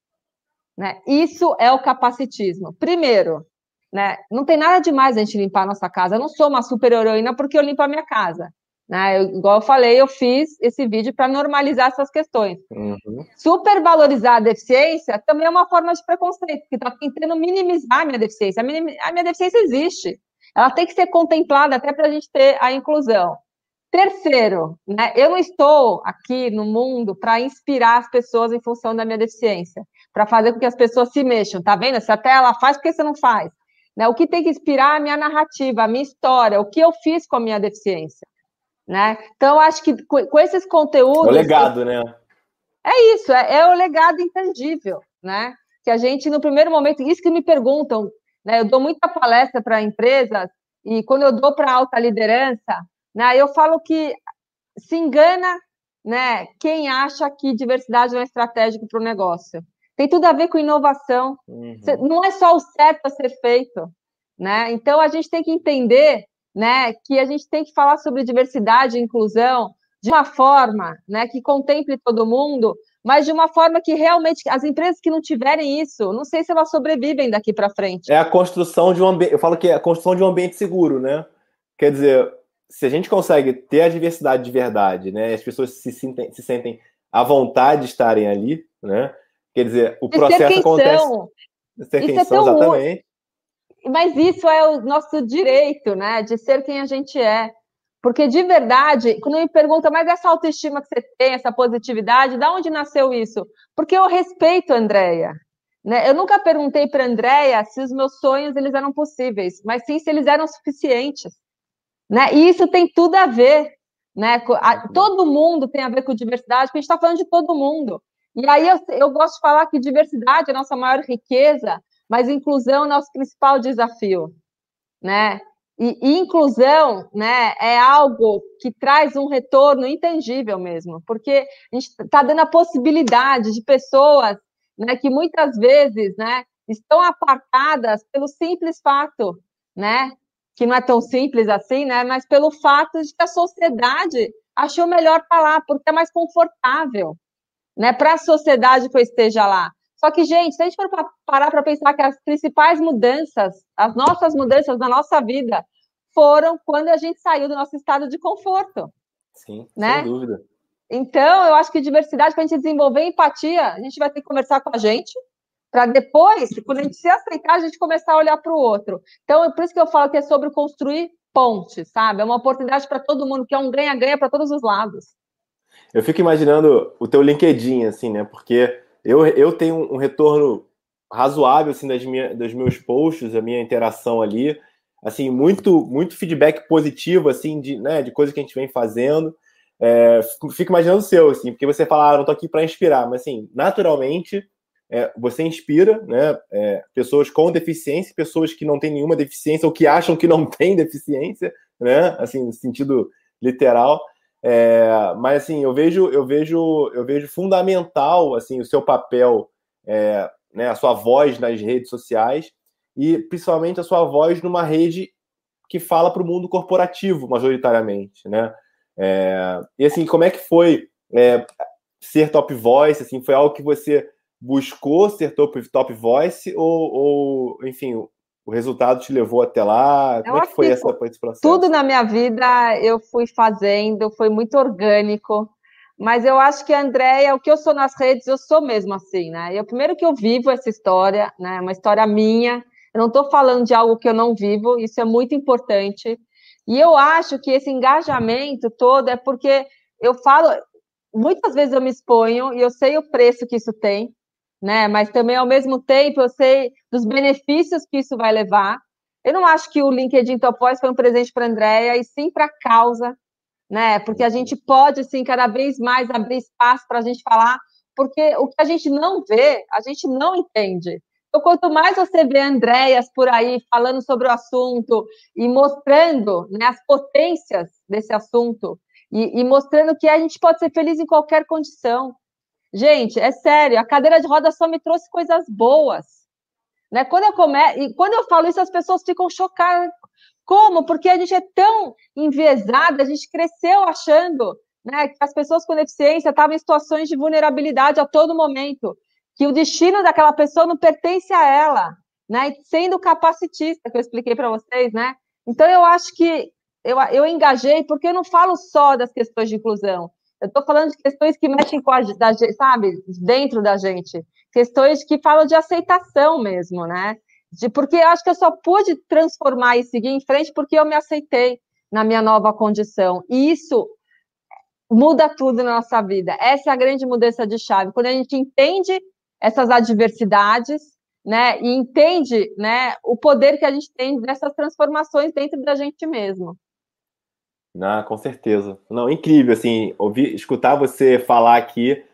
Né? Isso é o capacitismo. Primeiro, né, não tem nada demais a gente limpar a nossa casa. Eu não sou uma super heroína porque eu limpo a minha casa. Né? Eu, igual eu falei, eu fiz esse vídeo para normalizar essas questões. Uhum. Supervalorizar a deficiência também é uma forma de preconceito, porque está tentando minimizar a minha deficiência. A minha, a minha deficiência existe. Ela tem que ser contemplada até para a gente ter a inclusão. Terceiro, né, eu não estou aqui no mundo para inspirar as pessoas em função da minha deficiência, para fazer com que as pessoas se mexam, tá vendo? Se até ela faz, por que você não faz? Né, o que tem que inspirar é a minha narrativa, a minha história, o que eu fiz com a minha deficiência. Né? Então, eu acho que com esses conteúdos... É o legado, né? É isso, é, é o legado intangível, né? Que a gente, no primeiro momento, isso que me perguntam, né? Eu dou muita palestra para empresas, e quando eu dou para alta liderança, né, eu falo que se engana, né, quem acha que diversidade não é estratégico para o negócio. Tem tudo a ver com inovação. Uhum. Não é só o certo a ser feito. Né? Então, a gente tem que entender, né, que a gente tem que falar sobre diversidade e inclusão de uma forma, né, que contemple todo mundo, mas de uma forma que realmente as empresas que não tiverem isso, não sei se elas sobrevivem daqui para frente. É a construção de um ambiente, eu falo que é a construção de um ambiente seguro, né? Quer dizer, se a gente consegue ter a diversidade de verdade, né, as pessoas se sentem, se sentem à vontade de estarem ali, né? Quer dizer, o de processo acontece... São. Ser isso quem é são, tão exatamente. Mas isso é o nosso direito, né? De ser quem a gente é. Porque, de verdade, quando me perguntam, mas essa autoestima que você tem, essa positividade, de onde nasceu isso? Porque eu respeito a Andréia. Né? Eu nunca perguntei para a Andréia se os meus sonhos eles eram possíveis, mas sim se eles eram suficientes. Né? E isso tem tudo a ver. Né? Todo mundo tem a ver com diversidade, porque a gente está falando de todo mundo. E aí eu, eu gosto de falar que diversidade é a nossa maior riqueza, mas inclusão é o nosso principal desafio. Né? E, e inclusão, né, é algo que traz um retorno intangível mesmo, porque a gente está dando a possibilidade de pessoas, né, que muitas vezes, né, estão apartadas pelo simples fato, né, que não é tão simples assim, né, mas pelo fato de que a sociedade achou melhor estar lá, porque é mais confortável, né, para a sociedade que eu esteja lá. Só que, gente, se a gente for parar para pensar que as principais mudanças, as nossas mudanças na nossa vida, foram quando a gente saiu do nosso estado de conforto. Sim, né? sem dúvida. Então, eu acho que diversidade, para a gente desenvolver empatia, a gente vai ter que conversar com a gente, para depois, quando a gente se aceitar, a gente começar a olhar para o outro. Então, é por isso que eu falo que é sobre construir pontes, sabe? É uma oportunidade para todo mundo, que é um ganha-ganha para todos os lados. Eu fico imaginando o teu LinkedIn, assim, né? Porque eu, eu tenho um retorno razoável, assim, das minha, dos meus posts, a minha interação ali, assim, muito, muito feedback positivo, assim, de, né, de coisas que a gente vem fazendo. É, fico imaginando o seu, assim, porque você fala, ah, não tô aqui para inspirar, mas, assim, naturalmente, é, você inspira, né, é, pessoas com deficiência, pessoas que não têm nenhuma deficiência, ou que acham que não têm deficiência, né, assim, no sentido literal. É, mas assim, eu vejo, eu vejo, eu vejo fundamental assim o seu papel, é, né, a sua voz nas redes sociais e principalmente a sua voz numa rede que fala para o mundo corporativo majoritariamente, né? É, e assim, como é que foi é, ser top voice? Assim, foi algo que você buscou ser top, top voice ou, ou enfim, o resultado te levou até lá? Como eu é que foi que essa, esse processo? Tudo na minha vida eu fui fazendo, foi muito orgânico, mas eu acho que a Andréia, o que eu sou nas redes, eu sou mesmo assim, né? Eu, primeiro que eu vivo essa história, né? Uma história minha, eu não estou falando de algo que eu não vivo, isso é muito importante, e eu acho que esse engajamento todo é porque eu falo, muitas vezes eu me exponho e eu sei o preço que isso tem, né? Mas também, ao mesmo tempo, eu sei dos benefícios que isso vai levar. Eu não acho que o LinkedIn Top Voice foi um presente para a Andréia, e sim para a causa, né? Porque a gente pode, assim, cada vez mais abrir espaço para a gente falar porque o que a gente não vê, a gente não entende. Então, quanto mais você vê Andréas por aí falando sobre o assunto e mostrando, né, as potências desse assunto e, e mostrando que a gente pode ser feliz em qualquer condição. Gente, é sério, a cadeira de rodas só me trouxe coisas boas. Né? Quando eu come... e quando eu falo isso, as pessoas ficam chocadas. Como? Porque a gente é tão enviesada, a gente cresceu achando, né, que as pessoas com deficiência estavam em situações de vulnerabilidade a todo momento, que o destino daquela pessoa não pertence a ela, né, sendo capacitista, que eu expliquei para vocês, né? Então, eu acho que eu, eu engajei, porque eu não falo só das questões de inclusão, eu estou falando de questões que mexem com a, da, sabe, dentro da gente, questões que falam de aceitação mesmo, né? De, porque eu acho que eu só pude transformar e seguir em frente porque eu me aceitei na minha nova condição. E isso muda tudo na nossa vida. Essa é a grande mudança de chave. Quando a gente entende essas adversidades, né, e entende, né, o poder que a gente tem nessas transformações dentro da gente mesmo. Não, com certeza. Não, incrível, assim, ouvir, escutar você falar aqui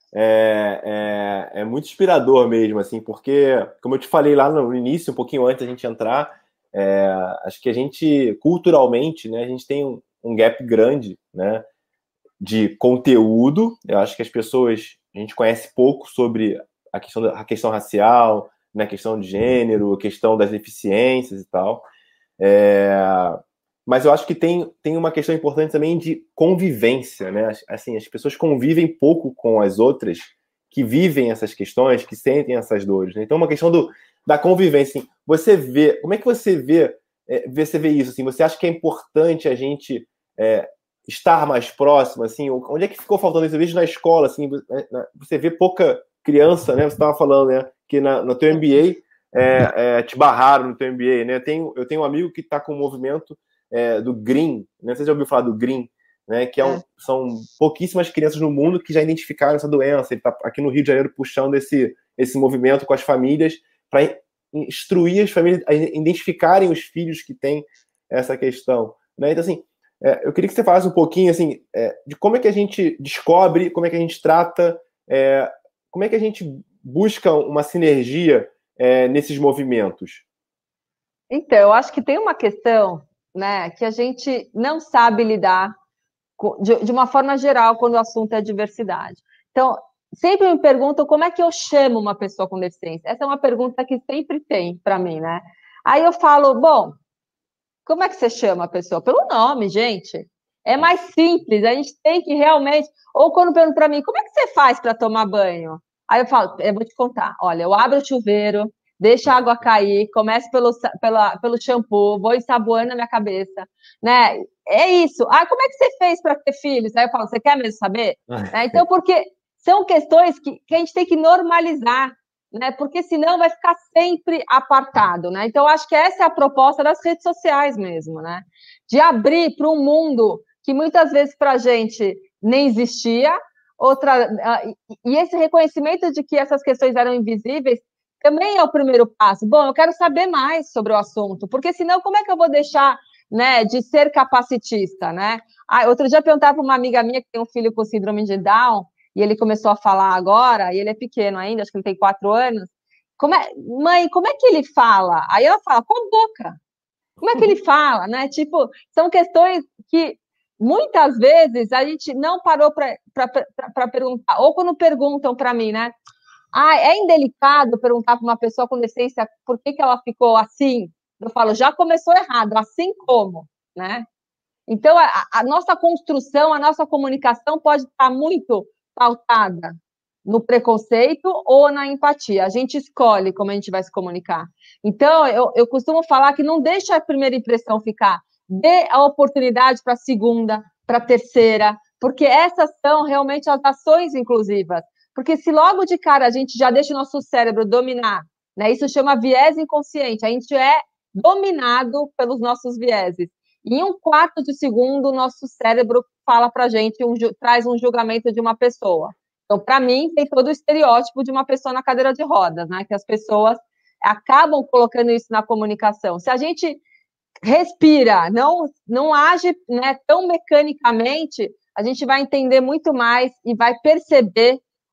É, é, é muito inspirador mesmo, assim, porque, como eu te falei lá no início, um pouquinho antes da gente entrar, é, acho que a gente, culturalmente, né, a gente tem um, um gap grande, né, de conteúdo. Eu acho que as pessoas, a gente conhece pouco sobre a questão, da, a questão racial, né, a questão de gênero, a questão das deficiências e tal. É, mas eu acho que tem, tem uma questão importante também de convivência, né? Assim, as pessoas convivem pouco com as outras que vivem essas questões, que sentem essas dores, né? Então, uma questão do, da convivência. Assim, você vê, como é que você vê, é, você vê isso? Assim, você acha que é importante a gente é, estar mais próximo? Assim, onde é que ficou faltando isso? Eu vejo na escola, assim, você vê pouca criança, né? Você estava falando, né? Que na, no teu M B A é, é, te barraram no teu M B A, né? Eu tenho, eu tenho um amigo que está com um movimento É, do Green, né? Você já ouviu falar do Green, né? Que é um, é. são pouquíssimas crianças no mundo que já identificaram essa doença. Ele está aqui no Rio de Janeiro puxando esse, esse movimento com as famílias para instruir as famílias a identificarem os filhos que têm essa questão, né? Então, assim, é, eu queria que você falasse um pouquinho, assim, é, de como é que a gente descobre, como é que a gente trata, é, como é que a gente busca uma sinergia é, nesses movimentos. Então, eu acho que tem uma questão, né, que a gente não sabe lidar com, de, de uma forma geral quando o assunto é diversidade. Então, sempre me perguntam como é que eu chamo uma pessoa com deficiência. Essa é uma pergunta que sempre tem para mim, né? Aí eu falo, bom, como é que você chama a pessoa? Pelo nome, gente. É mais simples, a gente tem que realmente... Ou quando perguntam para mim, como é que você faz para tomar banho? Aí eu falo, eu vou te contar, olha, eu abro o chuveiro, deixa a água cair, começo pelo, pela, pelo shampoo, vou ensaboando a minha cabeça, né? É isso. Ah, como é que você fez para ter filhos? Aí eu falo, você quer mesmo saber? É, então, porque são questões que, que a gente tem que normalizar, né? Porque senão vai ficar sempre apartado, né? Então, acho que essa é a proposta das redes sociais mesmo, né? De abrir para um mundo que muitas vezes para a gente nem existia, outra, e esse reconhecimento de que essas questões eram invisíveis também é o primeiro passo. Bom, eu quero saber mais sobre o assunto, porque senão como é que eu vou deixar, né, de ser capacitista, né? Ah, outro dia eu perguntava para uma amiga minha que tem um filho com síndrome de Down, e ele começou a falar agora, e ele é pequeno ainda, acho que ele tem quatro anos. Como é, mãe, como é que ele fala? Aí ela fala, com a boca. Como é que ele fala, né? Tipo, são questões que muitas vezes a gente não parou para perguntar, ou quando perguntam para mim, né? Ah, é indelicado perguntar para uma pessoa com deficiência por que, que ela ficou assim? Eu falo, já começou errado, assim como, né? Então, a, a nossa construção, a nossa comunicação pode estar muito pautada no preconceito ou na empatia. A gente escolhe como a gente vai se comunicar. Então, eu, eu costumo falar que não deixa a primeira impressão ficar, dê a oportunidade para a segunda, para a terceira, porque essas são realmente as ações inclusivas. Porque se logo de cara a gente já deixa o nosso cérebro dominar, né? Isso chama viés inconsciente, a gente é dominado pelos nossos vieses. Em um quarto de segundo, o nosso cérebro fala para a gente, um, traz um julgamento de uma pessoa. Então, para mim, tem todo o estereótipo de uma pessoa na cadeira de rodas, né? Que as pessoas acabam colocando isso na comunicação. Se a gente respira, não, não age, né, tão mecanicamente, a gente vai entender muito mais e vai perceber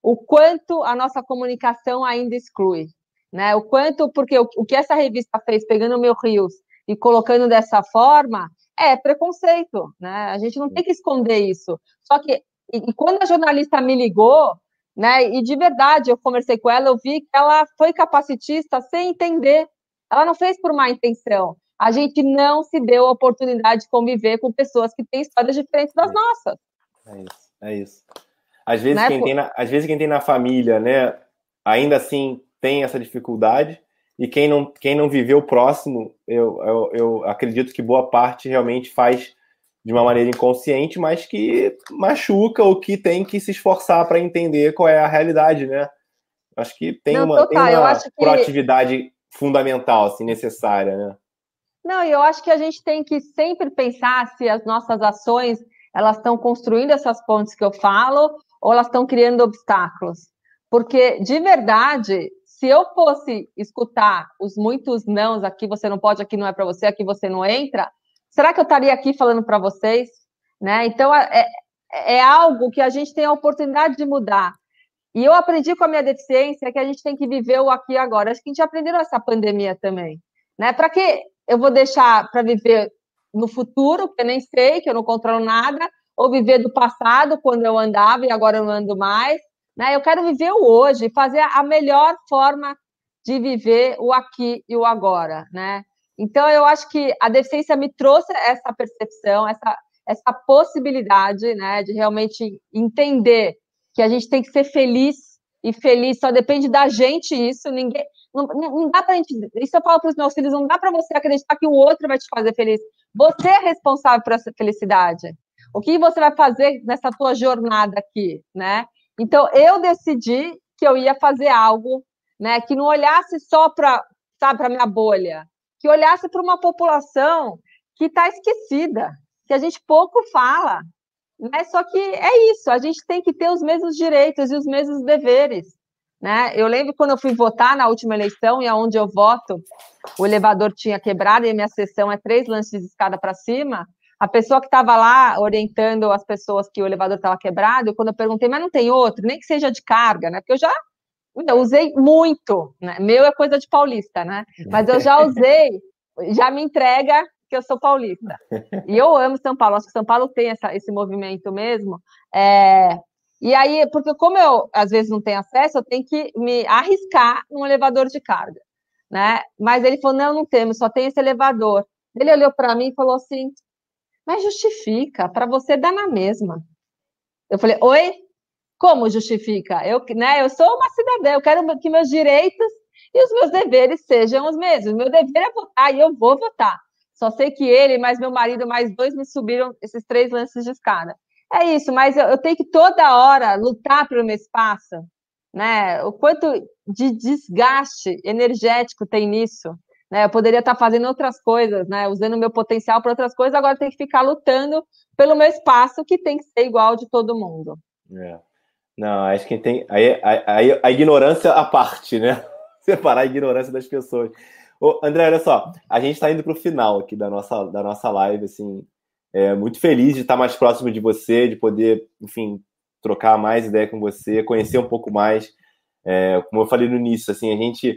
o quanto a nossa comunicação ainda exclui, né? O quanto, porque o, o que essa revista fez, pegando o meu Reels e colocando dessa forma, é preconceito, né? A gente não tem que esconder isso. Só que, e, e quando a jornalista me ligou, né, e de verdade eu conversei com ela, eu vi que ela foi capacitista sem entender. Ela não fez por má intenção. A gente não se deu a oportunidade de conviver com pessoas que têm histórias diferentes das é. nossas. É isso, é isso. Às vezes, Né? quem tem na, às vezes quem tem na família, né, ainda assim tem essa dificuldade, e quem não, quem não viveu próximo, eu, eu, eu acredito que boa parte realmente faz de uma maneira inconsciente, mas que machuca ou que tem que se esforçar para entender qual é a realidade, né? Acho que tem Não, uma, total, tem uma eu acho que... proatividade fundamental, assim, necessária, né? Não, e eu acho que a gente tem que sempre pensar se as nossas ações, elas estão construindo essas pontes que eu falo, ou elas estão criando obstáculos. Porque, de verdade, se eu fosse escutar os muitos nãos, aqui você não pode, aqui não é para você, aqui você não entra, será que eu estaria aqui falando para vocês? Né? Então, é, é algo que a gente tem a oportunidade de mudar. E eu aprendi com a minha deficiência que a gente tem que viver o aqui e agora. Acho que a gente aprendeu nessa pandemia também. Né? Para que eu vou deixar para viver no futuro, que eu nem sei, que eu não controlo nada, ou viver do passado, quando eu andava e agora eu não ando mais? Né? Eu quero viver o hoje, fazer a melhor forma de viver o aqui e o agora. Né? Então, eu acho que a deficiência me trouxe essa percepção, essa, essa possibilidade, né, de realmente entender que a gente tem que ser feliz, e feliz só depende da gente isso, ninguém... Não, não dá pra gente... Isso eu falo para os meus filhos, não dá para você acreditar que o outro vai te fazer feliz. Você é responsável por essa felicidade. O que você vai fazer nessa tua jornada aqui, né? Então, eu decidi que eu ia fazer algo, né, que não olhasse só para, sabe, para minha bolha, que olhasse para uma população que está esquecida, que a gente pouco fala, né? Só que é isso, a gente tem que ter os mesmos direitos e os mesmos deveres. Né? Eu lembro quando eu fui votar na última eleição, e aonde eu voto, o elevador tinha quebrado, e a minha sessão é três lances de escada para cima, a pessoa que estava lá orientando as pessoas que o elevador estava quebrado, quando eu perguntei, mas não tem outro, nem que seja de carga, né? Porque eu já eu usei muito, né? Meu é coisa de paulista, né? Mas eu já usei, já me entrega que eu sou paulista. E eu amo São Paulo, acho que São Paulo tem essa, esse movimento mesmo. É... E aí, porque como eu, às vezes, não tenho acesso, eu tenho que me arriscar num elevador de carga, né? Mas ele falou, não, não temos, só tem esse elevador. Ele olhou para mim e falou assim, mas justifica, para você dá na mesma. Eu falei, oi? Como justifica? Eu, né, eu sou uma cidadã, eu quero que meus direitos e os meus deveres sejam os mesmos. Meu dever é votar e eu vou votar. Só sei que ele, mais meu marido, mais dois me subiram esses três lances de escada. É isso, mas eu, eu tenho que toda hora lutar pelo meu espaço, né? O quanto de desgaste energético tem nisso, né? Eu poderia estar fazendo outras coisas, né? Usando o meu potencial para outras coisas, agora eu tenho que ficar lutando pelo meu espaço, que tem que ser igual de todo mundo. É. Não, acho que tem... Aí, aí, a ignorância à parte, né? Separar a ignorância das pessoas. Ô, André, olha só, a gente está indo para o final aqui da nossa, da nossa live, assim, é, muito feliz de estar mais próximo de você, de poder, enfim, trocar mais ideia com você, conhecer um pouco mais. É, como eu falei no início, assim, a gente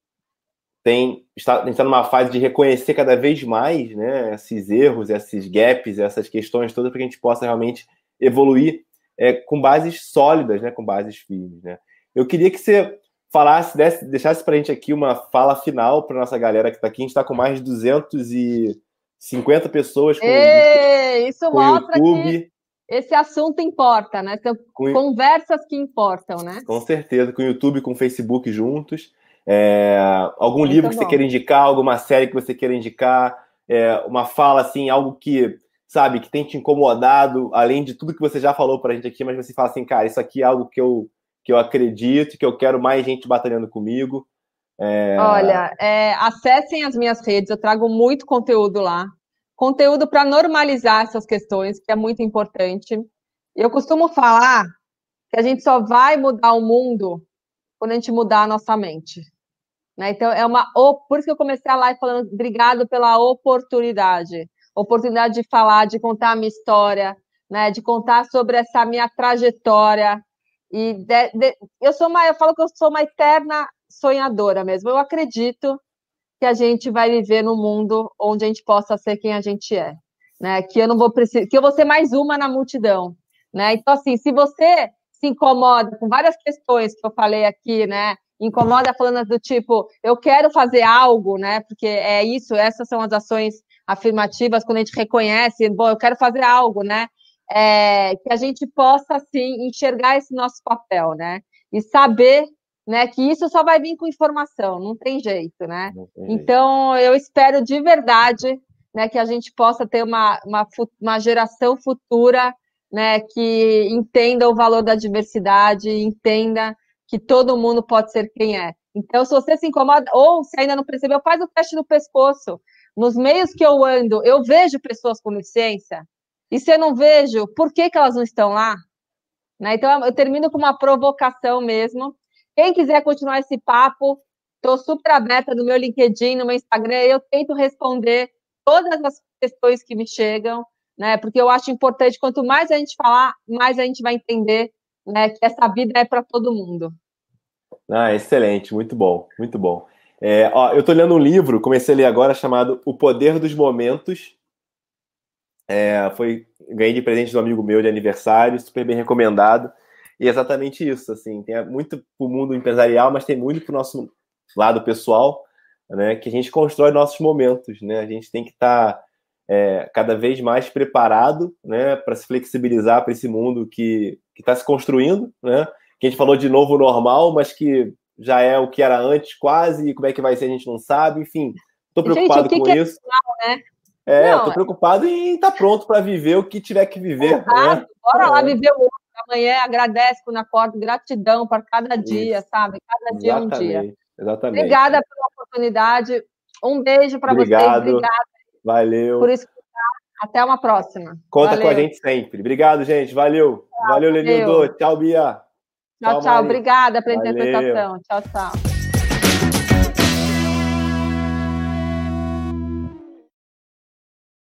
tem está, a gente está numa fase de reconhecer cada vez mais, né, esses erros, esses gaps, essas questões todas, para que a gente possa realmente evoluir é, com bases sólidas, né, com bases firmes, né. Eu queria que você falasse, desse, deixasse para a gente aqui uma fala final para nossa galera que está aqui. A gente está com mais de duzentas e cinquenta pessoas com, Ei, isso com mostra YouTube. Que esse assunto importa, né? São com, conversas que importam, né? Com certeza, com o YouTube e com o Facebook juntos. É, algum Muito livro que bom. Você queira indicar, alguma série que você queira indicar, é, uma fala, assim, algo que, sabe, que tem te incomodado, além de tudo que você já falou pra gente aqui, mas você fala assim, cara, isso aqui é algo que eu, que eu acredito, que eu quero mais gente batalhando comigo. É... Olha, é, acessem as minhas redes, eu trago muito conteúdo lá. Conteúdo para normalizar essas questões, que é muito importante. Eu costumo falar que a gente só vai mudar o mundo quando a gente mudar a nossa mente. Né? Então, é uma... Por isso que eu comecei a live falando obrigado pela oportunidade. Oportunidade de falar, de contar a minha história, né? De contar sobre essa minha trajetória. E de, de, eu sou uma, eu falo que eu sou uma eterna sonhadora mesmo. Eu acredito que a gente vai viver num mundo onde a gente possa ser quem a gente é, né? Que eu não vou precisar, que eu vou ser mais uma na multidão, né? Então, assim, se você se incomoda com várias questões que eu falei aqui, né? Incomoda falando do tipo, eu quero fazer algo, né? Porque é isso, essas são as ações afirmativas, quando a gente reconhece, bom, eu quero fazer algo, né? É, que a gente possa, assim, enxergar esse nosso papel, né? E saber, né, que isso só vai vir com informação, não tem jeito, né? Tem jeito. Então, eu espero de verdade, né, que a gente possa ter uma, uma, uma geração futura, né, que entenda o valor da diversidade, entenda que todo mundo pode ser quem é. Então, se você se incomoda, ou se ainda não percebeu, faz o teste no pescoço. Nos meios que eu ando, eu vejo pessoas com deficiência, e se eu não vejo, por que que elas não estão lá? Né? Então, eu termino com uma provocação mesmo. Quem quiser continuar esse papo, estou super aberta no meu LinkedIn, no meu Instagram, eu tento responder todas as questões que me chegam, né? Porque eu acho importante, quanto mais a gente falar, mais a gente vai entender, né, que essa vida é para todo mundo. Ah, excelente, muito bom, muito bom. É, ó, eu estou lendo um livro, comecei a ler agora, chamado O Poder dos Momentos. É, foi, ganhei de presente de um amigo meu de aniversário, super bem recomendado. E é exatamente isso, assim, tem muito para o mundo empresarial, mas tem muito para o nosso lado pessoal, né, que a gente constrói nossos momentos, né? A gente tem que estar tá, é, cada vez mais preparado, né, para se flexibilizar para esse mundo que está se construindo, né? Que a gente falou de novo normal, mas que já é o que era antes quase, e como é que vai ser a gente não sabe, enfim, estou preocupado gente, com que isso. É, normal, né? É, não, eu tô preocupado em estar tá pronto para viver o que tiver que viver. Exato, né? Bora é. lá viver o outro. Amanhã agradece quando acorda, gratidão para cada dia, isso. Sabe? Cada dia é um dia. Exatamente. Obrigada pela oportunidade. Um beijo para vocês. Obrigada. Valeu. Por escutar. Até uma próxima. Conta Valeu. com a gente sempre. Obrigado, gente. Valeu. Tchau, valeu, Lenildo. Tchau, Bia. Tchau, tchau. tchau. Obrigada pela interpretação. Tchau, tchau.